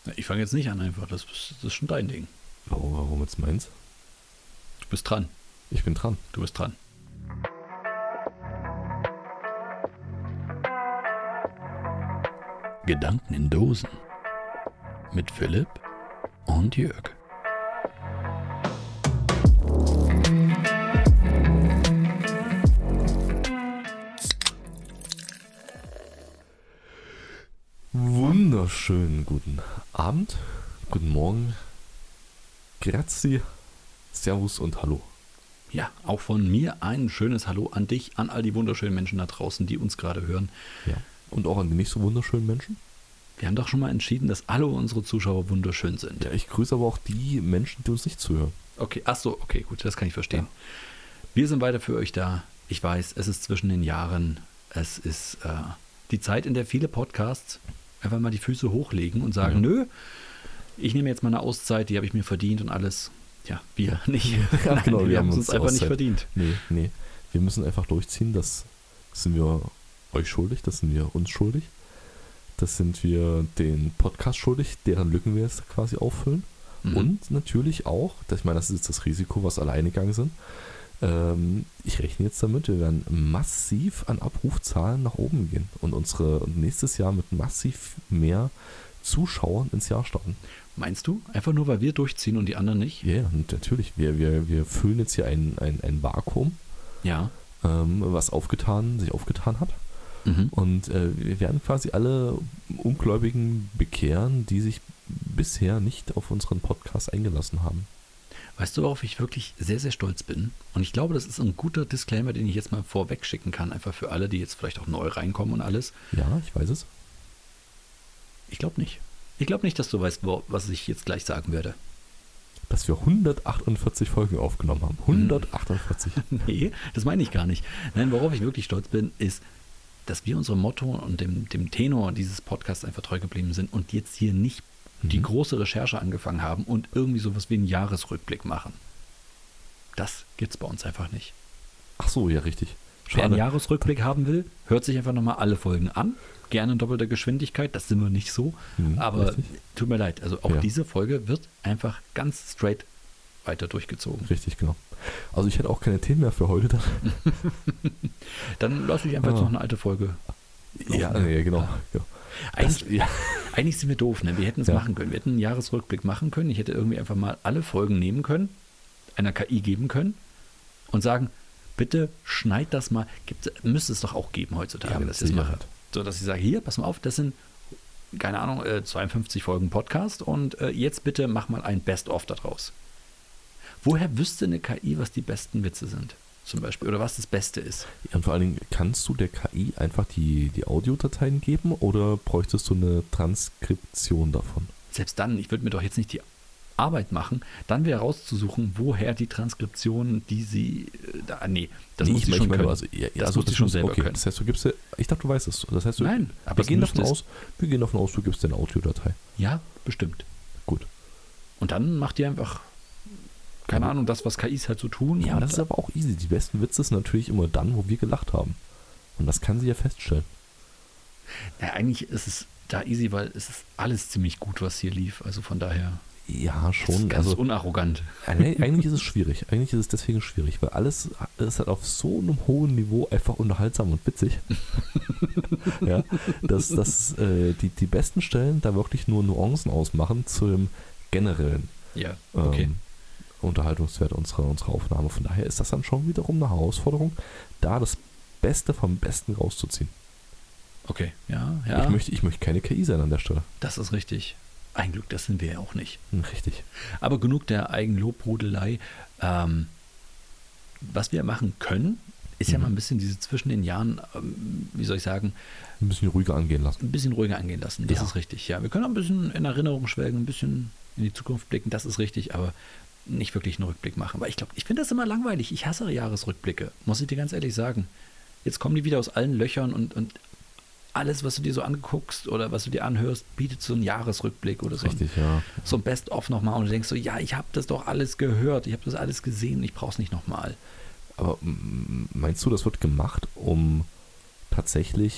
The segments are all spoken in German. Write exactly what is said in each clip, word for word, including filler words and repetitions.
Ich fange jetzt nicht an einfach, das, das ist schon dein Ding. Warum, warum jetzt meins? Du bist dran. Ich bin dran. Du bist dran. Gedanken in Dosen mit Philipp und Jörg. Wunderschönen guten Abend, guten Morgen, Grazie, Servus und Hallo. Ja, auch von mir ein schönes Hallo an dich, an all die wunderschönen Menschen da draußen, die uns gerade hören. Ja. Und auch an die nicht so wunderschönen Menschen. Wir haben doch schon mal entschieden, dass alle unsere Zuschauer wunderschön sind. Ja, ich grüße aber auch die Menschen, die uns nicht zuhören. Okay, ach so, okay, gut, das kann ich verstehen. Ja. Wir sind weiter für euch da. Ich weiß, es ist zwischen den Jahren. Es ist äh, die Zeit, in der viele Podcasts einfach mal die Füße hochlegen und sagen, ja. nö, ich nehme jetzt mal eine Auszeit, die habe ich mir verdient und alles. Ja, wir nicht. Ja, Nein, genau, wir, wir haben haben es uns uns einfach Auszeit. nicht verdient. Nee, nee, wir müssen einfach durchziehen, das sind wir euch schuldig, das sind wir uns schuldig. Das sind wir den Podcast schuldig, deren Lücken wir jetzt quasi auffüllen. Mhm. Und natürlich auch, ich meine, das ist jetzt das Risiko, was alleine gegangen sind. Ähm, ich rechne jetzt damit, wir werden massiv an Abrufzahlen nach oben gehen und unsere und nächstes Jahr mit massiv mehr Zuschauern ins Jahr starten. Meinst du? Einfach nur, weil wir durchziehen und die anderen nicht? Ja, yeah, natürlich. Wir, wir, wir füllen jetzt hier ein, ein, ein Vakuum, ja. ähm, was aufgetan, sich aufgetan hat. Mhm. Und äh, wir werden quasi alle Ungläubigen bekehren, die sich bisher nicht auf unseren Podcast eingelassen haben. Weißt du, worauf ich wirklich sehr, sehr stolz bin? Und ich glaube, das ist ein guter Disclaimer, den ich jetzt mal vorweg schicken kann, einfach für alle, die jetzt vielleicht auch neu reinkommen und alles. Ja, ich weiß es. Ich glaube nicht. Ich glaube nicht, dass du weißt, wo, was ich jetzt gleich sagen werde. Dass wir hundertachtundvierzig Folgen aufgenommen haben. hundertachtundvierzig. Nee, das meine ich gar nicht. Nein, worauf ich wirklich stolz bin, ist, dass wir unserem Motto und dem, dem Tenor dieses Podcasts einfach treu geblieben sind und jetzt hier nicht mhm. die große Recherche angefangen haben und irgendwie sowas wie einen Jahresrückblick machen. Das gibt's bei uns einfach nicht. Ach so, ja, richtig. Schade. Wer einen Jahresrückblick haben will, hört sich einfach nochmal alle Folgen an. Gerne in doppelter Geschwindigkeit, das sind wir nicht so. Mhm, aber richtig. Tut mir leid, also auch ja. diese Folge wird einfach ganz straight weiter durchgezogen. Richtig, genau. Also ich hätte auch keine Themen mehr für heute. Dann, dann lasse ich einfach ah. jetzt noch eine alte Folge. Ja, nee, genau. Ja. Ja. Eigentlich, das, ja. eigentlich sind wir doof, ne? Wir hätten es ja. machen können. Wir hätten einen Jahresrückblick machen können. Ich hätte irgendwie einfach mal alle Folgen nehmen können, einer K I geben können und sagen, bitte schneid das mal. Gibt, müsste es doch auch geben heutzutage, ja, dass ich das mache. So, dass ich sage, hier, pass mal auf, das sind, keine Ahnung, äh, zweiundfünfzig Folgen Podcast und äh, jetzt bitte mach mal ein Best-of daraus. Woher wüsste eine K I, was die besten Witze sind, zum Beispiel, oder was das Beste ist? Ja, und vor allen Dingen, kannst du der K I einfach die, die Audiodateien geben oder bräuchtest du eine Transkription davon? Selbst dann, ich würde mir doch jetzt nicht die Arbeit machen, dann wäre rauszusuchen, woher die Transkription, die sie, äh, da, nee, das nee, muss ich sie mein, schon ich meine, können. Also, ja, das also, muss sie schon selber okay, können. Das heißt, du gibst dir, ich dachte, du weißt es. Das heißt, du, Nein, aber wir, gehen davon aus, wir gehen davon aus, du gibst dir eine Audiodatei. Ja, bestimmt. Gut. Und dann macht ihr einfach, keine ja. Ahnung, das, was K Is halt so tun. Ja, aber das ist aber auch easy. Die besten Witze sind natürlich immer dann, wo wir gelacht haben. Und das kann sie ja feststellen. Ja, eigentlich ist es da easy, weil es ist alles ziemlich gut, was hier lief. Also von daher. Ja, schon. Ist ganz also, unarrogant. Eigentlich ist es schwierig. Eigentlich ist es deswegen schwierig, weil alles ist halt auf so einem hohen Niveau einfach unterhaltsam und witzig. Ja, dass, dass äh, die, die besten Stellen da wirklich nur Nuancen ausmachen zu dem generellen ja, okay. ähm, Unterhaltungswert unserer, unserer Aufnahme. Von daher ist das dann schon wiederum eine Herausforderung, da das Beste vom Besten rauszuziehen. Okay, ja, ja. Ich möchte, ich möchte keine K I sein an der Stelle. Das ist richtig. Ein Glück, das sind wir ja auch nicht. Richtig. Aber genug der Eigenlobhudelei. Ähm, was wir machen können, ist mhm. ja mal ein bisschen diese zwischen den Jahren, ähm, wie soll ich sagen, ein bisschen ruhiger angehen lassen. Ein bisschen ruhiger angehen lassen, das ja. ist richtig. Ja, wir können auch ein bisschen in Erinnerung schwelgen, ein bisschen in die Zukunft blicken, das ist richtig, aber nicht wirklich einen Rückblick machen. Weil ich glaube, ich finde das immer langweilig. Ich hasse Jahresrückblicke, muss ich dir ganz ehrlich sagen. Jetzt kommen die wieder aus allen Löchern und, und alles, was du dir so anguckst oder was du dir anhörst, bietet so einen Jahresrückblick oder so. Richtig, ein, ja. So ein Best-of nochmal und du denkst so, ja, ich habe das doch alles gehört, ich habe das alles gesehen, ich brauche es nicht nochmal. Aber meinst du, das wird gemacht, um tatsächlich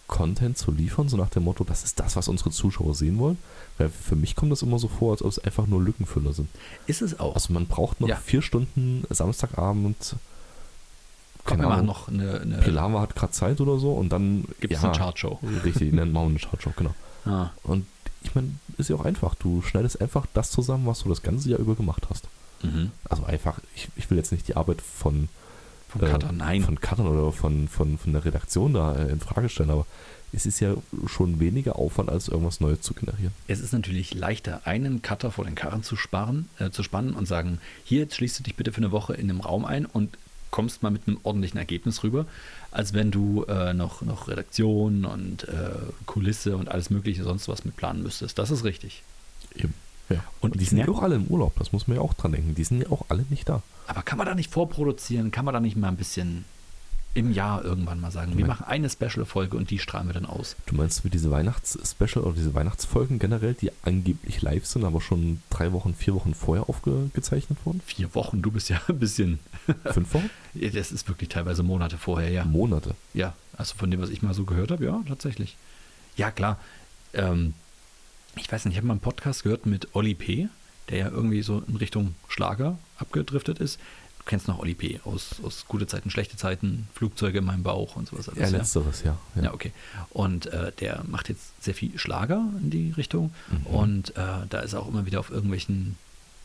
Content zu liefern, so nach dem Motto, das ist das, was unsere Zuschauer sehen wollen. Weil für mich kommt das immer so vor, als ob es einfach nur Lückenfüller sind. Ist es auch. Also man braucht noch Ja. vier Stunden Samstagabend. Komm, wir keine machen Ahnung, noch eine, eine Pilawa hat gerade Zeit oder so und dann gibt es ja, eine Chartshow. Richtig, nennen wir eine Chartshow, genau. Ah, Und ich meine, ist ja auch einfach. Du schneidest einfach das zusammen, was du das ganze Jahr über gemacht hast. mhm. Also einfach, ich, ich will jetzt nicht die Arbeit von Vom äh, Cutter, nein. von Cuttern oder von, von, von der Redaktion da äh, in Frage stellen, aber es ist ja schon weniger Aufwand, als irgendwas Neues zu generieren. Es ist natürlich leichter, einen Cutter vor den Karren zu sparen, äh, zu spannen und sagen, hier, jetzt schließt du dich bitte für eine Woche in einem Raum ein und kommst mal mit einem ordentlichen Ergebnis rüber, als wenn du äh, noch, noch Redaktion und äh, Kulisse und alles mögliche sonst was mit planen müsstest. Das ist richtig. Eben. Ja. Und Und die ich sind ja merke- auch alle im Urlaub, das muss man ja auch dran denken. Die sind ja auch alle nicht da. Aber kann man da nicht vorproduzieren? Kann man da nicht mal ein bisschen im Jahr irgendwann mal sagen, wir Moment. machen eine Special-Folge und die strahlen wir dann aus? Du meinst wie diese Weihnachts-Special oder diese Weihnachtsfolgen generell, die angeblich live sind, aber schon drei Wochen, vier Wochen vorher aufgezeichnet wurden? Vier Wochen, du bist ja ein bisschen, Fünf Wochen? ja, das ist wirklich teilweise Monate vorher, ja. Monate. Ja, also von dem, was ich mal so gehört habe, ja, tatsächlich. Ja, klar. Ähm, ich weiß nicht, ich habe mal einen Podcast gehört mit Olli P., der ja irgendwie so in Richtung Schlager abgedriftet ist. Du kennst noch Olli P. aus, aus gute Zeiten, schlechte Zeiten, Flugzeuge in meinem Bauch und sowas alles. Ja, ja. letzteres, ja. Ja, okay. Und äh, der macht jetzt sehr viel Schlager in die Richtung. Mhm. Und äh, da ist er auch immer wieder auf irgendwelchen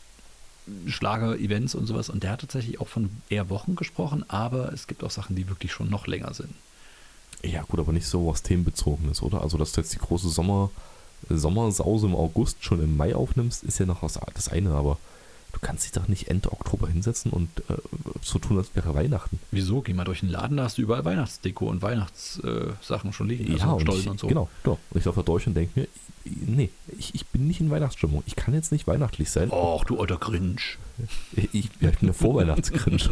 Schlager-Events und sowas. Und der hat tatsächlich auch von eher Wochen gesprochen, aber es gibt auch Sachen, die wirklich schon noch länger sind. Ja, gut, aber nicht so was themenbezogenes, oder? Also, dass du jetzt die große Sommer, Sommersause im August schon im Mai aufnimmst, ist ja noch was, das eine, aber du kannst dich doch nicht Ende Oktober hinsetzen und äh, so tun, als wäre Weihnachten. Wieso? Geh mal durch den Laden, da hast du überall Weihnachtsdeko und Weihnachtssachen schon liegen. Ja, und Stollen ich, und so. genau, genau. Und ich laufe da durch und denke mir, nee, ich, ich bin nicht in Weihnachtsstimmung. Ich kann jetzt nicht weihnachtlich sein. Och, du alter Grinch. Ich, ich, ja, ich bin der Vorweihnachtsgrinch.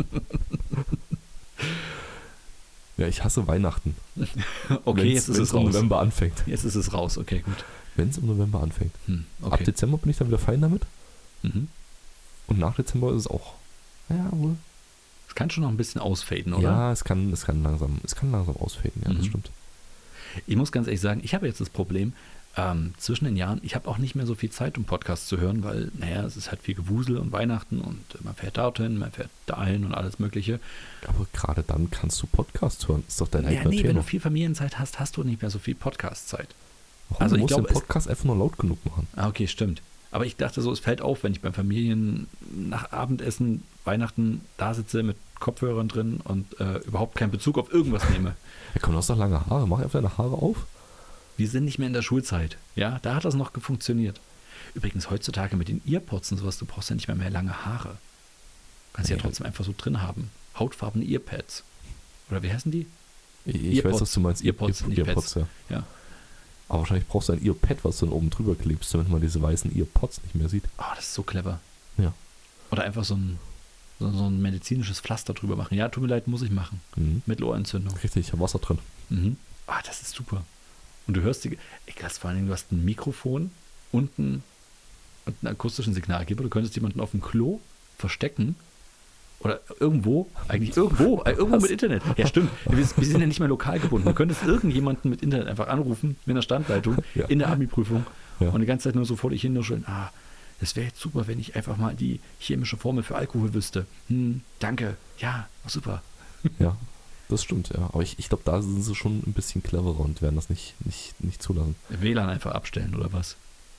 Ja, ich hasse Weihnachten. Okay, Wenn's- jetzt ist wenn's es im raus. November anfängt. Jetzt ist es raus, okay, gut. Wenn es im November anfängt. Hm, Ab okay. Dezember bin ich dann wieder fein damit. Mhm. Und nach Dezember ist es auch. Ja, wohl. Es kann schon noch ein bisschen ausfaden, oder? Ja, es kann, es kann langsam, es kann langsam ausfaden, ja, das Mhm. stimmt. Ich muss ganz ehrlich sagen, ich habe jetzt das Problem, ähm, zwischen den Jahren, ich habe auch nicht mehr so viel Zeit, um Podcasts zu hören, weil, naja, es ist halt viel Gewusel und Weihnachten und äh, man fährt dorthin, man fährt dahin und alles Mögliche. Aber gerade dann kannst du Podcast hören. Ist doch dein Ja, eigener nee, wenn Thema. du viel Familienzeit hast, hast du nicht mehr so viel Podcast-Zeit. Warum? also Du ich musst glaub, den es- Podcast einfach nur laut genug machen. Ah, okay, stimmt. Aber ich dachte so, es fällt auf, wenn ich beim Familien nach Abendessen, Weihnachten da sitze mit Kopfhörern drin und äh, überhaupt keinen Bezug auf irgendwas nehme. Ja, komm, du hast doch lange Haare. Mach einfach deine Haare auf. Wir sind nicht mehr in der Schulzeit. Ja, da hat das noch funktioniert. Übrigens heutzutage mit den Earpods und sowas, du brauchst ja nicht mehr mehr lange Haare. Kannst ja Nee. trotzdem einfach so drin haben. Hautfarbene Earpads. Oder wie heißen die? Ich, ich weiß, was du meinst. Earpods, Ear- nicht Earpods, ja. Ja. Aber wahrscheinlich brauchst du ein Earpad, was du dann oben drüber klebst, damit man diese weißen Earpods nicht mehr sieht. Oh, das ist so clever. Ja. Oder einfach so ein, so, so ein medizinisches Pflaster drüber machen. Ja, tut mir leid, muss ich machen. Mhm. Mittelohrentzündung. Richtig, ich habe Wasser drin. Mhm. Ah, das ist super. Und du hörst die, ich krass, vor allen Dingen, du hast ein Mikrofon unten und einen akustischen Signalgeber. Du könntest jemanden auf dem Klo verstecken oder irgendwo, eigentlich irgendwo, äh, irgendwo Was? mit Internet. Ja, stimmt. Wir, wir sind ja nicht mehr lokal gebunden. Du könntest irgendjemanden mit Internet einfach anrufen, mit einer Standleitung, Ja. in der Abi-Prüfung Ja. und die ganze Zeit nur so vor dich hinnuscheln. Ah, das wäre jetzt super, wenn ich einfach mal die chemische Formel für Alkohol wüsste. Hm, danke. Ja, oh, super. Ja, das stimmt, ja. Aber ich, ich glaube, da sind sie schon ein bisschen cleverer und werden das nicht, nicht, nicht zulassen. W L A N einfach abstellen oder was?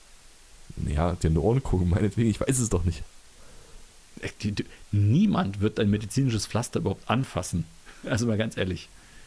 Ja, dir in die Ohren gucken, meinetwegen, ich weiß es doch nicht. Äh, Die, die, niemand wird ein medizinisches Pflaster überhaupt anfassen. Also mal ganz ehrlich.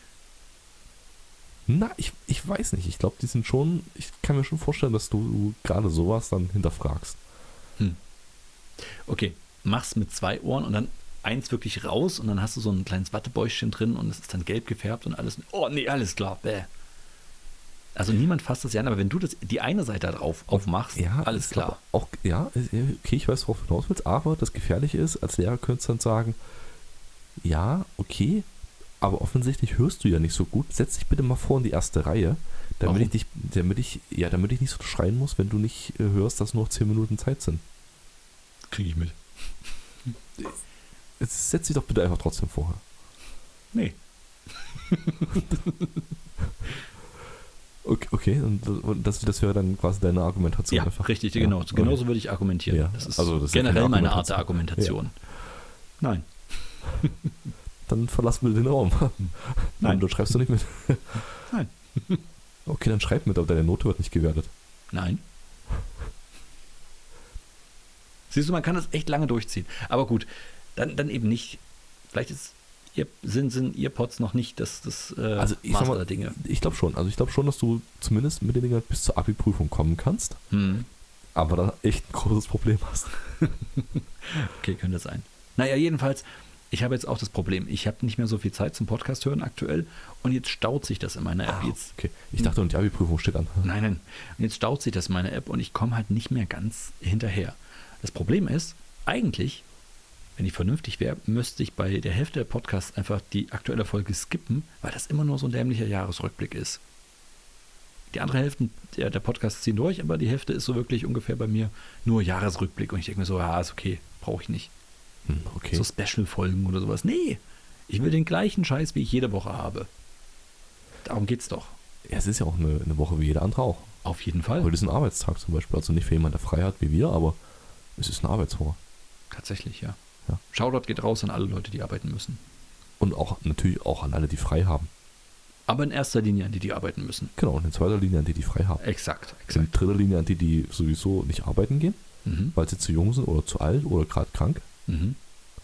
Na, ich, ich weiß nicht. Ich glaube, die sind schon, ich kann mir schon vorstellen, dass du gerade sowas dann hinterfragst. Okay, mach's mit zwei Ohren und dann eins wirklich raus und dann hast du so ein kleines Wattebäuschen drin und es ist dann gelb gefärbt und alles. Oh nee, alles klar. Bäh. Also niemand fasst das ja an, aber wenn du das, die eine Seite da drauf aufmachst, Ja, alles ist klar. aber Auch, ja, ist- ja, okay, ich weiß, worauf du hinaus willst, aber das Gefährliche ist, als Lehrer könntest du dann sagen, ja, okay, aber offensichtlich hörst du ja nicht so gut. Setz dich bitte mal vor in die erste Reihe, damit Warum? ich dich, damit ich, ja, damit ich nicht so schreien muss, wenn du nicht äh, hörst, dass nur noch zehn Minuten Zeit sind. Kriege ich mit. Jetzt setz dich doch bitte einfach trotzdem vorher. Nee. Okay, okay. Und das, das wäre dann quasi deine Argumentation Ja, einfach. richtig, Ja, genau. okay. Genauso würde ich argumentieren. Ja, Das ist also das ist ja generell keine meine Art der Argumentation. Argumentation. Nein. Dann verlassen wir den Raum. Nein. Dann schreibst du nicht mit. Nein. Okay, dann schreib mit, aber deine Note wird nicht gewertet. Nein. Siehst du, man kann das echt lange durchziehen. Aber gut, dann, dann eben nicht. Vielleicht ist ihr, sind, sind Earpods noch nicht das, das äh, Also ich Maß sag mal, aller Dinge. Ich glaube schon. Also ich glaube schon, dass du zumindest mit den Dingen bis zur Abi-Prüfung kommen kannst, Hm. aber da echt ein großes Problem hast. Okay, könnte sein. Naja, jedenfalls, ich habe jetzt auch das Problem, ich habe nicht mehr so viel Zeit zum Podcast hören aktuell und jetzt staut sich das in meiner App. Ah, Jetzt, okay. Ich dachte, und die Abi-Prüfung steht an. nein, nein. Und jetzt staut sich das in meiner App und ich komme halt nicht mehr ganz hinterher. Das Problem ist, eigentlich, wenn ich vernünftig wäre, müsste ich bei der Hälfte der Podcasts einfach die aktuelle Folge skippen, weil das immer nur so ein dämlicher Jahresrückblick ist. Die andere Hälfte der, der Podcasts ziehen durch, aber die Hälfte ist so wirklich ungefähr bei mir nur Jahresrückblick und ich denke mir so, ja, ist okay, brauche ich nicht. Hm, okay. So Special-Folgen oder sowas. Nee, ich will den gleichen Scheiß, wie ich jede Woche habe. Darum geht's doch. Ja, es ist ja auch eine, eine Woche wie jede andere auch. Auf jeden Fall. Heute ist ein Arbeitstag zum Beispiel. Also nicht für jemanden, der frei hat wie wir, aber es ist eine Arbeitswoche. Tatsächlich, ja. Ja. Shoutout geht raus an alle Leute, die arbeiten müssen. Und auch natürlich auch an alle, die frei haben. Aber in erster Linie an die, die arbeiten müssen. Genau, und in zweiter Linie an die, die frei haben. Exakt, In exakt. dritter Linie an die, die sowieso nicht arbeiten gehen, Mhm. weil sie zu jung sind oder zu alt oder gerade krank. Mhm.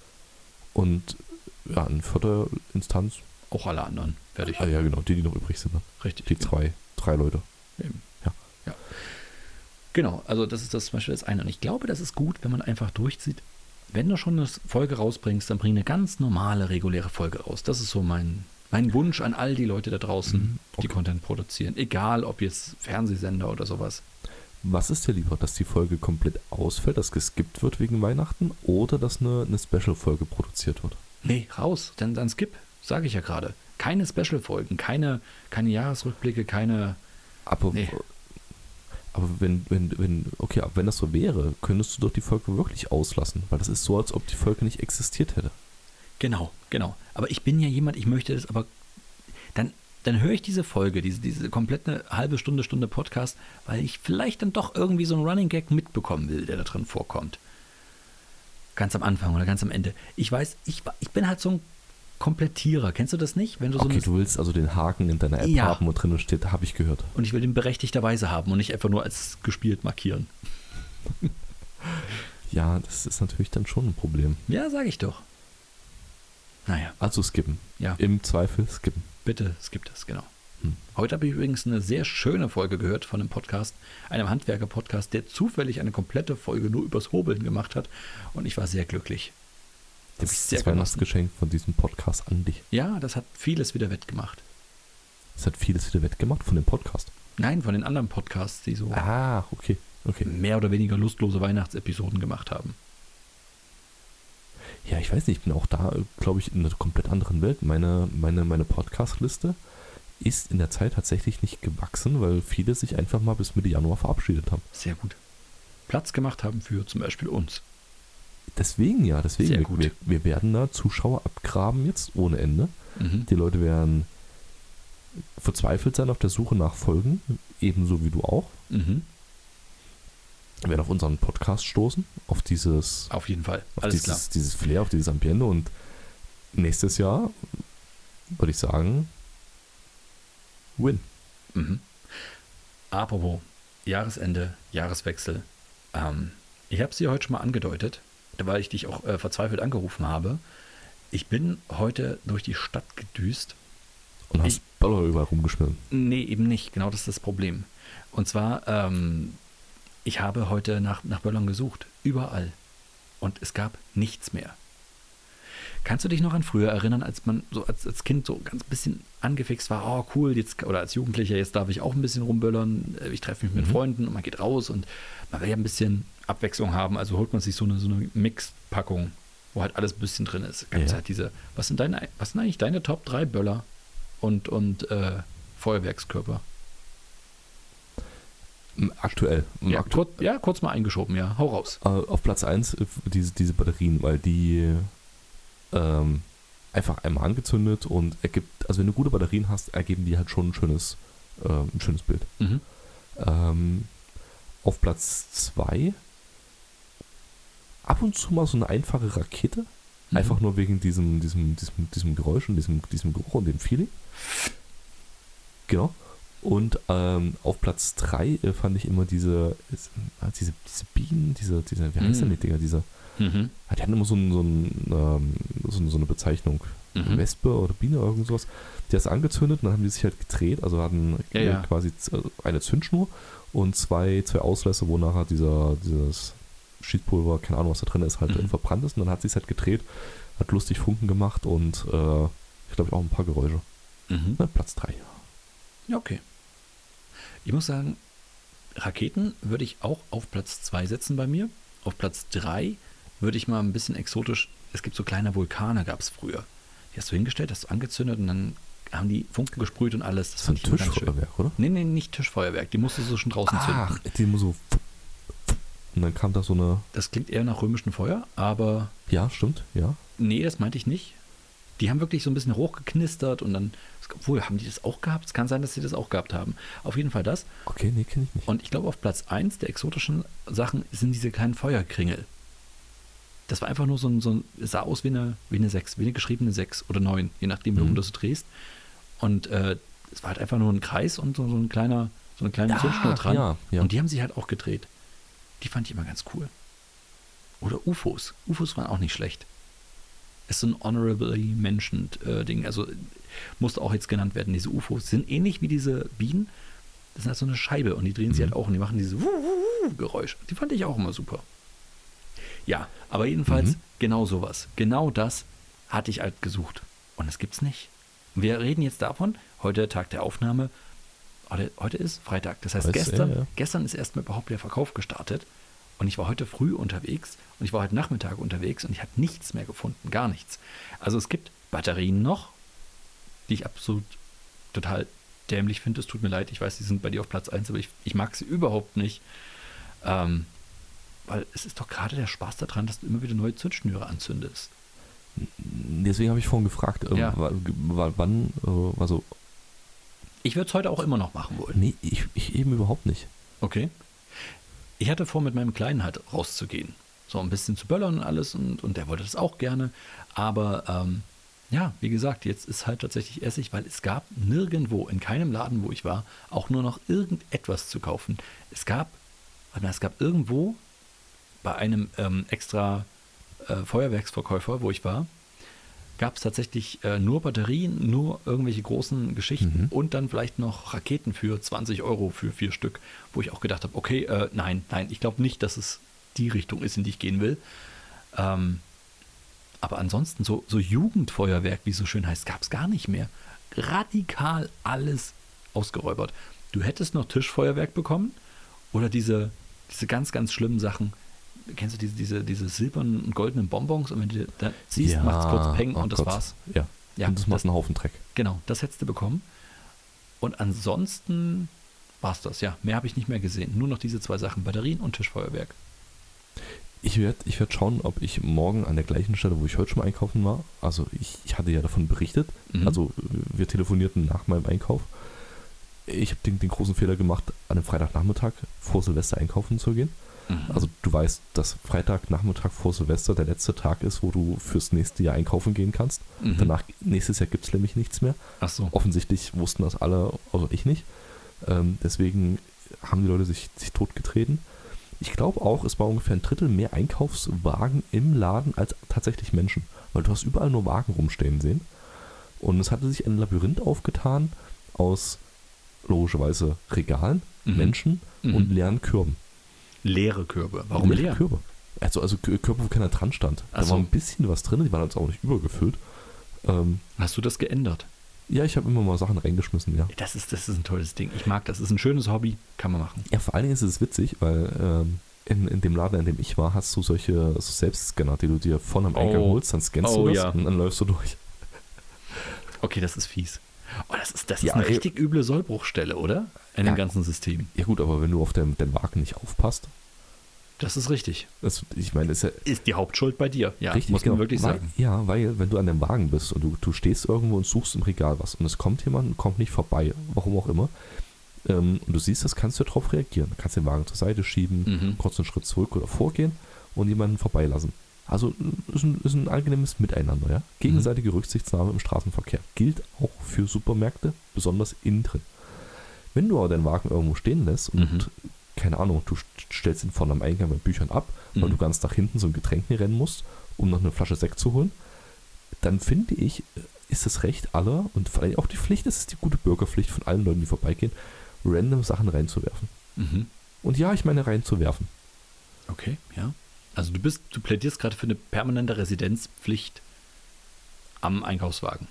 Und ja, in vierter Instanz, Auch alle anderen. Fertig. ah, ja genau, die, die noch übrig sind. Dann. Richtig. Die genau. zwei, drei Leute. Eben. Ja. ja. Genau, also das ist das zum Beispiel das eine. Und ich glaube, das ist gut, wenn man einfach durchzieht. Wenn du schon eine Folge rausbringst, dann bring eine ganz normale, reguläre Folge raus. Das ist so mein, mein Wunsch an all die Leute da draußen, Mhm, okay. die Content produzieren. Egal, ob jetzt Fernsehsender oder sowas. Was ist dir lieber, dass die Folge komplett ausfällt, dass geskippt wird wegen Weihnachten oder dass eine, eine Special-Folge produziert wird? Nee, raus, dann, dann skip, sage ich ja gerade. Keine Special-Folgen, keine, keine Jahresrückblicke, keine... Aber, Nee. aber wenn, wenn, wenn, okay, aber wenn das so wäre, könntest du doch die Folge wirklich auslassen, weil das ist so, als ob die Folge nicht existiert hätte. Genau, genau. Aber ich bin ja jemand, ich möchte das, aber dann, dann höre ich diese Folge, diese, diese komplette halbe Stunde, Stunde Podcast, weil ich vielleicht dann doch irgendwie so einen Running Gag mitbekommen will, der da drin vorkommt. Ganz am Anfang oder ganz am Ende. Ich weiß, ich, ich bin halt so ein Komplettierer. Kennst du das nicht? Wenn du so Okay, eine, du willst also den Haken in deiner App Ja. haben, wo drin steht, habe ich gehört. und ich will den berechtigterweise haben und nicht einfach nur als gespielt markieren. Ja, das ist natürlich dann schon ein Problem. Ja, sage ich doch. Naja, Also skippen. ja. Im Zweifel skippen. Bitte, es gibt es, genau. Hm. Heute habe ich übrigens eine sehr schöne Folge gehört von einem Podcast, einem Handwerker-Podcast, der zufällig eine komplette Folge nur übers Hobeln gemacht hat und ich war sehr glücklich. Die Das hab ich ist sehr das genossen. Weihnachtsgeschenk von diesem Podcast an dich. Ja, das hat vieles wieder wettgemacht. Es hat vieles wieder wettgemacht von dem Podcast. Nein, von den anderen Podcasts, die so Ah, okay. okay. mehr oder weniger lustlose Weihnachtsepisoden gemacht haben. Ja, ich weiß nicht, ich bin auch da, glaube ich, in einer komplett anderen Welt. Meine, meine, meine Podcast-Liste ist in der Zeit tatsächlich nicht gewachsen, weil viele sich einfach mal bis Mitte Januar verabschiedet haben. Sehr gut. Platz gemacht haben für zum Beispiel uns. Deswegen ja, deswegen. Sehr wir, gut. Wir, wir werden da Zuschauer abgraben jetzt ohne Ende. Mhm. Die Leute werden verzweifelt sein auf der Suche nach Folgen, ebenso wie du auch. Mhm. Wir werden auf unseren Podcast stoßen, auf dieses, Auf jeden Fall. auf Alles klar. dieses, dieses Flair, auf dieses Ambiente und nächstes Jahr würde ich sagen, win. Mhm. Apropos Jahresende, Jahreswechsel. Ähm, ich habe es dir heute schon mal angedeutet, weil ich dich auch äh, verzweifelt angerufen habe. Ich bin heute durch die Stadt gedüst. Und hast Ich- Böller überall rumgeschmissen. Nee, eben nicht. Genau das ist das Problem. Und zwar, ähm, ich habe heute nach, nach Böllern gesucht. Überall. Und es gab nichts mehr. Kannst du dich noch an früher erinnern, als man so als, als Kind so ganz bisschen angefixt war, oh cool, jetzt, oder als Jugendlicher, jetzt darf ich auch ein bisschen rumböllern, äh, ich treffe mich mit Mhm. Freunden und man geht raus und man will ja ein bisschen Abwechslung haben, also holt man sich so eine, so eine Mix-Packung, wo halt alles ein bisschen drin ist. Ganz Ja. halt diese, was sind deine, was sind eigentlich deine Top drei Böller und, und äh, Feuerwerkskörper? Aktuell. Ja, Aktu kurz, ja, kurz mal eingeschoben, ja, hau raus. äh, auf Platz eins diese, diese Batterien, weil die ähm, einfach einmal angezündet und ergibt, also wenn du gute Batterien hast, ergeben die halt schon ein schönes Äh, ein schönes Bild. Mhm. Ähm, auf Platz zwei ab und zu mal so eine einfache Rakete. Mhm. Einfach nur wegen diesem, diesem, diesem, diesem Geräusch und diesem, diesem Geruch und dem Feeling. Genau. Und ähm, auf Platz drei äh, fand ich immer diese, äh, diese, diese Bienen, diese, diese, wie heißt Mhm. denn die Dinger, diese, Mhm. die hatten immer so, ein, so, ein, ähm, so, so eine Bezeichnung. Mhm. Wespe oder Biene oder irgend sowas. Die hat es angezündet und dann haben die sich halt gedreht, also hatten Ja, ja. quasi eine Zündschnur und zwei, zwei Auslässe, wo nachher dieser, dieses Schießpulver, keine Ahnung was da drin ist, halt Mhm. verbrannt ist und dann hat sie es halt gedreht, hat lustig Funken gemacht und äh, ich glaube auch ein paar Geräusche. Mhm. Na, Platz drei. Ja, okay. Ich muss sagen, Raketen würde ich auch auf Platz zwei setzen bei mir. Auf Platz drei würde ich mal ein bisschen exotisch, es gibt so kleine Vulkane, gab es früher. Die hast du hingestellt, hast du angezündet und dann haben die Funken gesprüht und alles. Das Das ist ein fand ich immer ganz schön. Tischfeuerwerk, oder? Nee, nee, nicht Tischfeuerwerk. Die musstest du schon draußen Ach, zünden. die immer so und dann kam da so eine, Das klingt eher nach römischem Feuer, aber ja, stimmt, ja. nee, das meinte ich nicht. Die haben wirklich so ein bisschen hochgeknistert und dann, obwohl, haben die das auch gehabt? Es kann sein, dass sie das auch gehabt haben. Auf jeden Fall das. Okay, nee, kenne ich nicht. Und ich glaube, auf Platz eins der exotischen Sachen sind diese kleinen Feuerkringel. Das war einfach nur so ein, so ein sah aus wie eine, wie eine sechs, wie eine geschriebene sechs oder neun, je nachdem, wie Mhm. du das drehst. Und äh, es war halt einfach nur ein Kreis und so, so ein kleiner, so eine kleine Zündschnur dran. ja, ja. Und die haben sie halt auch gedreht. Die fand ich immer ganz cool. Oder U F Os. U F Os waren auch nicht schlecht. Ist so ein honorably mentioned äh, Ding. Also musste auch jetzt genannt werden, diese U F Os. Die sind ähnlich wie diese Bienen. Das ist halt so eine Scheibe und die drehen sie Mhm. halt auch und die machen diese Wuh-Wuh-Wuh-Geräusch. Die fand ich auch immer super. Ja, aber jedenfalls Mhm. genau sowas. Genau das hatte ich halt gesucht. Und das gibt's nicht. Wir reden jetzt davon, heute Tag der Aufnahme, heute, heute ist Freitag. Das heißt, Weiß, gestern, ja, ja. gestern ist erstmal überhaupt der Verkauf gestartet. Und ich war heute früh unterwegs und ich war heute Nachmittag unterwegs und ich habe nichts mehr gefunden, gar nichts. Also es gibt Batterien noch, die ich absolut total dämlich finde. Es tut mir leid, ich weiß, die sind bei dir auf Platz eins, aber ich, ich mag sie überhaupt nicht. Ähm, weil es ist doch gerade der Spaß daran, dass du immer wieder neue Zündschnüre anzündest. Deswegen habe ich vorhin gefragt, ähm, Ja. wa- wa- wann, äh, also, Ich würde es heute auch immer noch machen wollen. nee, ich, ich eben überhaupt nicht. Okay. Ich hatte vor, mit meinem Kleinen halt rauszugehen. So ein bisschen zu böllern und alles und, und der wollte das auch gerne. Aber ähm, ja, wie gesagt, jetzt ist halt tatsächlich Essig, weil es gab nirgendwo, in keinem Laden, wo ich war, auch nur noch irgendetwas zu kaufen. Es gab, warte mal, es gab irgendwo bei einem ähm, extra äh, Feuerwerksverkäufer, wo ich war, gab es tatsächlich äh, nur Batterien, nur irgendwelche großen Geschichten Mhm. und dann vielleicht noch Raketen für zwanzig Euro für vier Stück, wo ich auch gedacht habe, okay, äh, nein, nein, ich glaube nicht, dass es die Richtung ist, in die ich gehen will. Ähm, aber ansonsten so, so Jugendfeuerwerk, wie es so schön heißt, gab es gar nicht mehr. Radikal alles ausgeräubert. Du hättest noch Tischfeuerwerk bekommen oder diese, diese ganz, ganz schlimmen Sachen. Kennst du diese, diese, diese silbernen und goldenen Bonbons und wenn du da siehst, Ja, macht es kurz Peng oh und das Gott. war's. Ja, Ja, und das macht das- einen Haufen Dreck. Genau, das hättest du bekommen. Und ansonsten war es das, ja. Mehr habe ich nicht mehr gesehen. Nur noch diese zwei Sachen, Batterien und Tischfeuerwerk. Ich werde ich werd schauen, ob ich morgen an der gleichen Stelle, wo ich heute schon mal einkaufen war, also ich, ich hatte ja davon berichtet, Mhm. also wir telefonierten nach meinem Einkauf. Ich habe den, den großen Fehler gemacht, an einem Freitagnachmittag vor Silvester einkaufen zu gehen. Mhm. Also du weißt, dass Freitagnachmittag vor Silvester der letzte Tag ist, wo du fürs nächste Jahr einkaufen gehen kannst. Mhm. Danach, nächstes Jahr gibt es nämlich nichts mehr. Ach so. Offensichtlich wussten das alle, also ich nicht. Ähm, deswegen haben die Leute sich, sich totgetreten. Ich glaube auch, es war ungefähr ein Drittel mehr Einkaufswagen im Laden als tatsächlich Menschen. Weil du hast überall nur Wagen rumstehen sehen. Und es hatte sich ein Labyrinth aufgetan aus logischerweise Regalen, Mhm. Menschen Mhm. und leeren Körben. Leere Körbe. Warum Leere leer? Körbe. Also, also Kö- Körbe, wo keiner dran stand. Ach Da so. war ein bisschen was drin, die waren jetzt auch nicht übergefüllt. Ähm, Hast du das geändert? ja, ich habe immer mal Sachen reingeschmissen, ja. Das ist, das ist ein tolles Ding. Ich mag das. Das ist ein schönes Hobby. Kann man machen. Ja, vor allen Dingen ist es witzig, weil ähm, in, in dem Laden, in dem ich war, hast du solche so Selbstscanner, die du dir vorne am Eingang Oh. holst, dann scannst Oh, du das ja. und dann läufst du durch. Okay, das ist fies. Oh, das ist, das Ja, ist eine ey. richtig üble Sollbruchstelle, oder? In Ja. dem ganzen System. Ja gut, aber wenn du auf den, den Wagen nicht aufpasst, Das ist richtig. das, ich meine, ist ja Ist die Hauptschuld bei dir. Ja, richtig, muss man genau. wirklich weil, sagen. Ja, weil wenn du an dem Wagen bist und du, du stehst irgendwo und suchst im Regal was und es kommt jemand und kommt nicht vorbei, warum auch immer, Ähm, und du siehst, das kannst du ja drauf reagieren. Du kannst den Wagen zur Seite schieben, Mhm. kurz einen Schritt zurück oder vorgehen und jemanden vorbeilassen. Also ist ein, ist ein angenehmes Miteinander, ja. Gegenseitige Rücksichtnahme im Straßenverkehr gilt auch für Supermärkte, besonders innen drin. Wenn du aber deinen Wagen irgendwo stehen lässt und, Mhm. keine Ahnung, du stellst ihn vorne am Eingang bei Büchern ab, weil Mhm. du ganz nach hinten zum Getränken rennen musst, um noch eine Flasche Sekt zu holen, dann finde ich, ist das Recht aller und vor allem auch die Pflicht, es ist die gute Bürgerpflicht von allen Leuten, die vorbeigehen, random Sachen reinzuwerfen. Mhm. Und ja, ich meine reinzuwerfen. Okay, ja. Also du bist, du plädierst gerade für eine permanente Residenzpflicht am Einkaufswagen.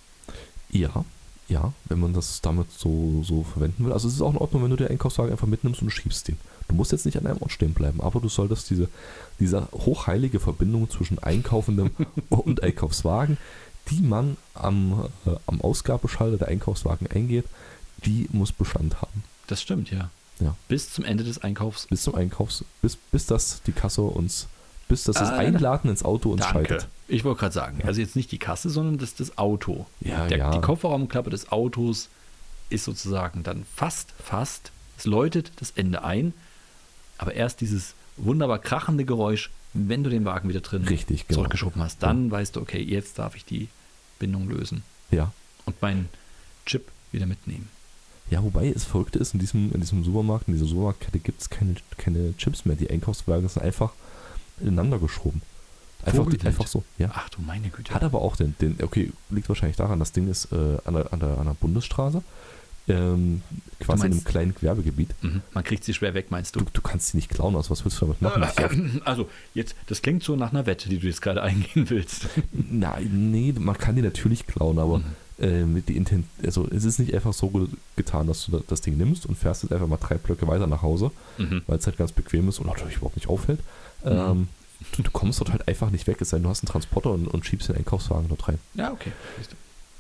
Ja, ja, wenn man das damit so, so verwenden will. Also es ist auch in Ordnung, wenn du den Einkaufswagen einfach mitnimmst und schiebst ihn. Du musst jetzt nicht an einem Ort stehen bleiben, aber du solltest diese, diese hochheilige Verbindung zwischen Einkaufendem und Einkaufswagen, die man am, äh, am Ausgabeschalter der Einkaufswagen eingeht, die muss Bestand haben. Das stimmt, ja. Ja. Bis zum Ende des Einkaufs. Bis zum Einkaufs, bis, bis das die Kasse uns, bis das, das Ah, Einladen ins Auto uns Danke. schaltet. Ich wollte gerade sagen, also jetzt nicht die Kasse, sondern das, das Auto. Ja, Der, ja. Die Kofferraumklappe des Autos ist sozusagen dann fast, fast, es läutet das Ende ein, aber erst dieses wunderbar krachende Geräusch, wenn du den Wagen wieder drin Richtig, genau. zurückgeschoben hast, dann weißt du, okay, jetzt darf ich die Bindung lösen Ja. und meinen Chip wieder mitnehmen. Ja, wobei es Verrückte ist, in diesem, in diesem Supermarkt, in dieser Supermarktkette gibt es keine, keine Chips mehr. Die Einkaufswagen sind einfach ineinander geschoben. Einfach, die, Vorgedreht. einfach so, ja. Ach du meine Güte. Hat aber auch den, den, okay, liegt wahrscheinlich daran, das Ding ist äh, an, der, an, der, an der Bundesstraße, ähm, quasi in einem meinst- kleinen Gewerbegebiet. Mhm. Man kriegt sie schwer weg, meinst du? Du, du kannst sie nicht klauen, also was willst du damit machen? Äh, Also, jetzt, das klingt so nach einer Wette, die du jetzt gerade eingehen willst. Nein, nee, man kann die natürlich klauen, aber Mhm. ähm, die Intent, also es ist nicht einfach so ge- getan, dass du da- das Ding nimmst und fährst jetzt einfach mal drei Blöcke weiter nach Hause, Mhm. weil es halt ganz bequem ist und natürlich überhaupt nicht auffällt. Mhm. Ähm, du, du kommst dort halt einfach nicht weg, es sei denn, du hast einen Transporter und, und schiebst den Einkaufswagen dort rein. Ja, okay. Siehst du.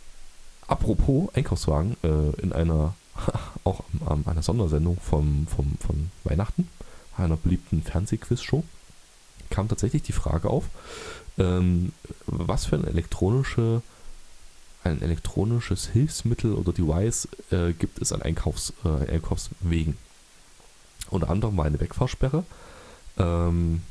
Apropos Einkaufswagen, äh, in einer, auch am- am- einer Sondersendung vom, vom, von Weihnachten, einer beliebten Fernsehquiz-Show, kam tatsächlich die Frage auf, ähm, was für ein elektronische, ein elektronisches Hilfsmittel oder Device äh, gibt es an Einkaufs, äh, Einkaufswegen. Unter anderem war eine Wegfahrsperre, ähm,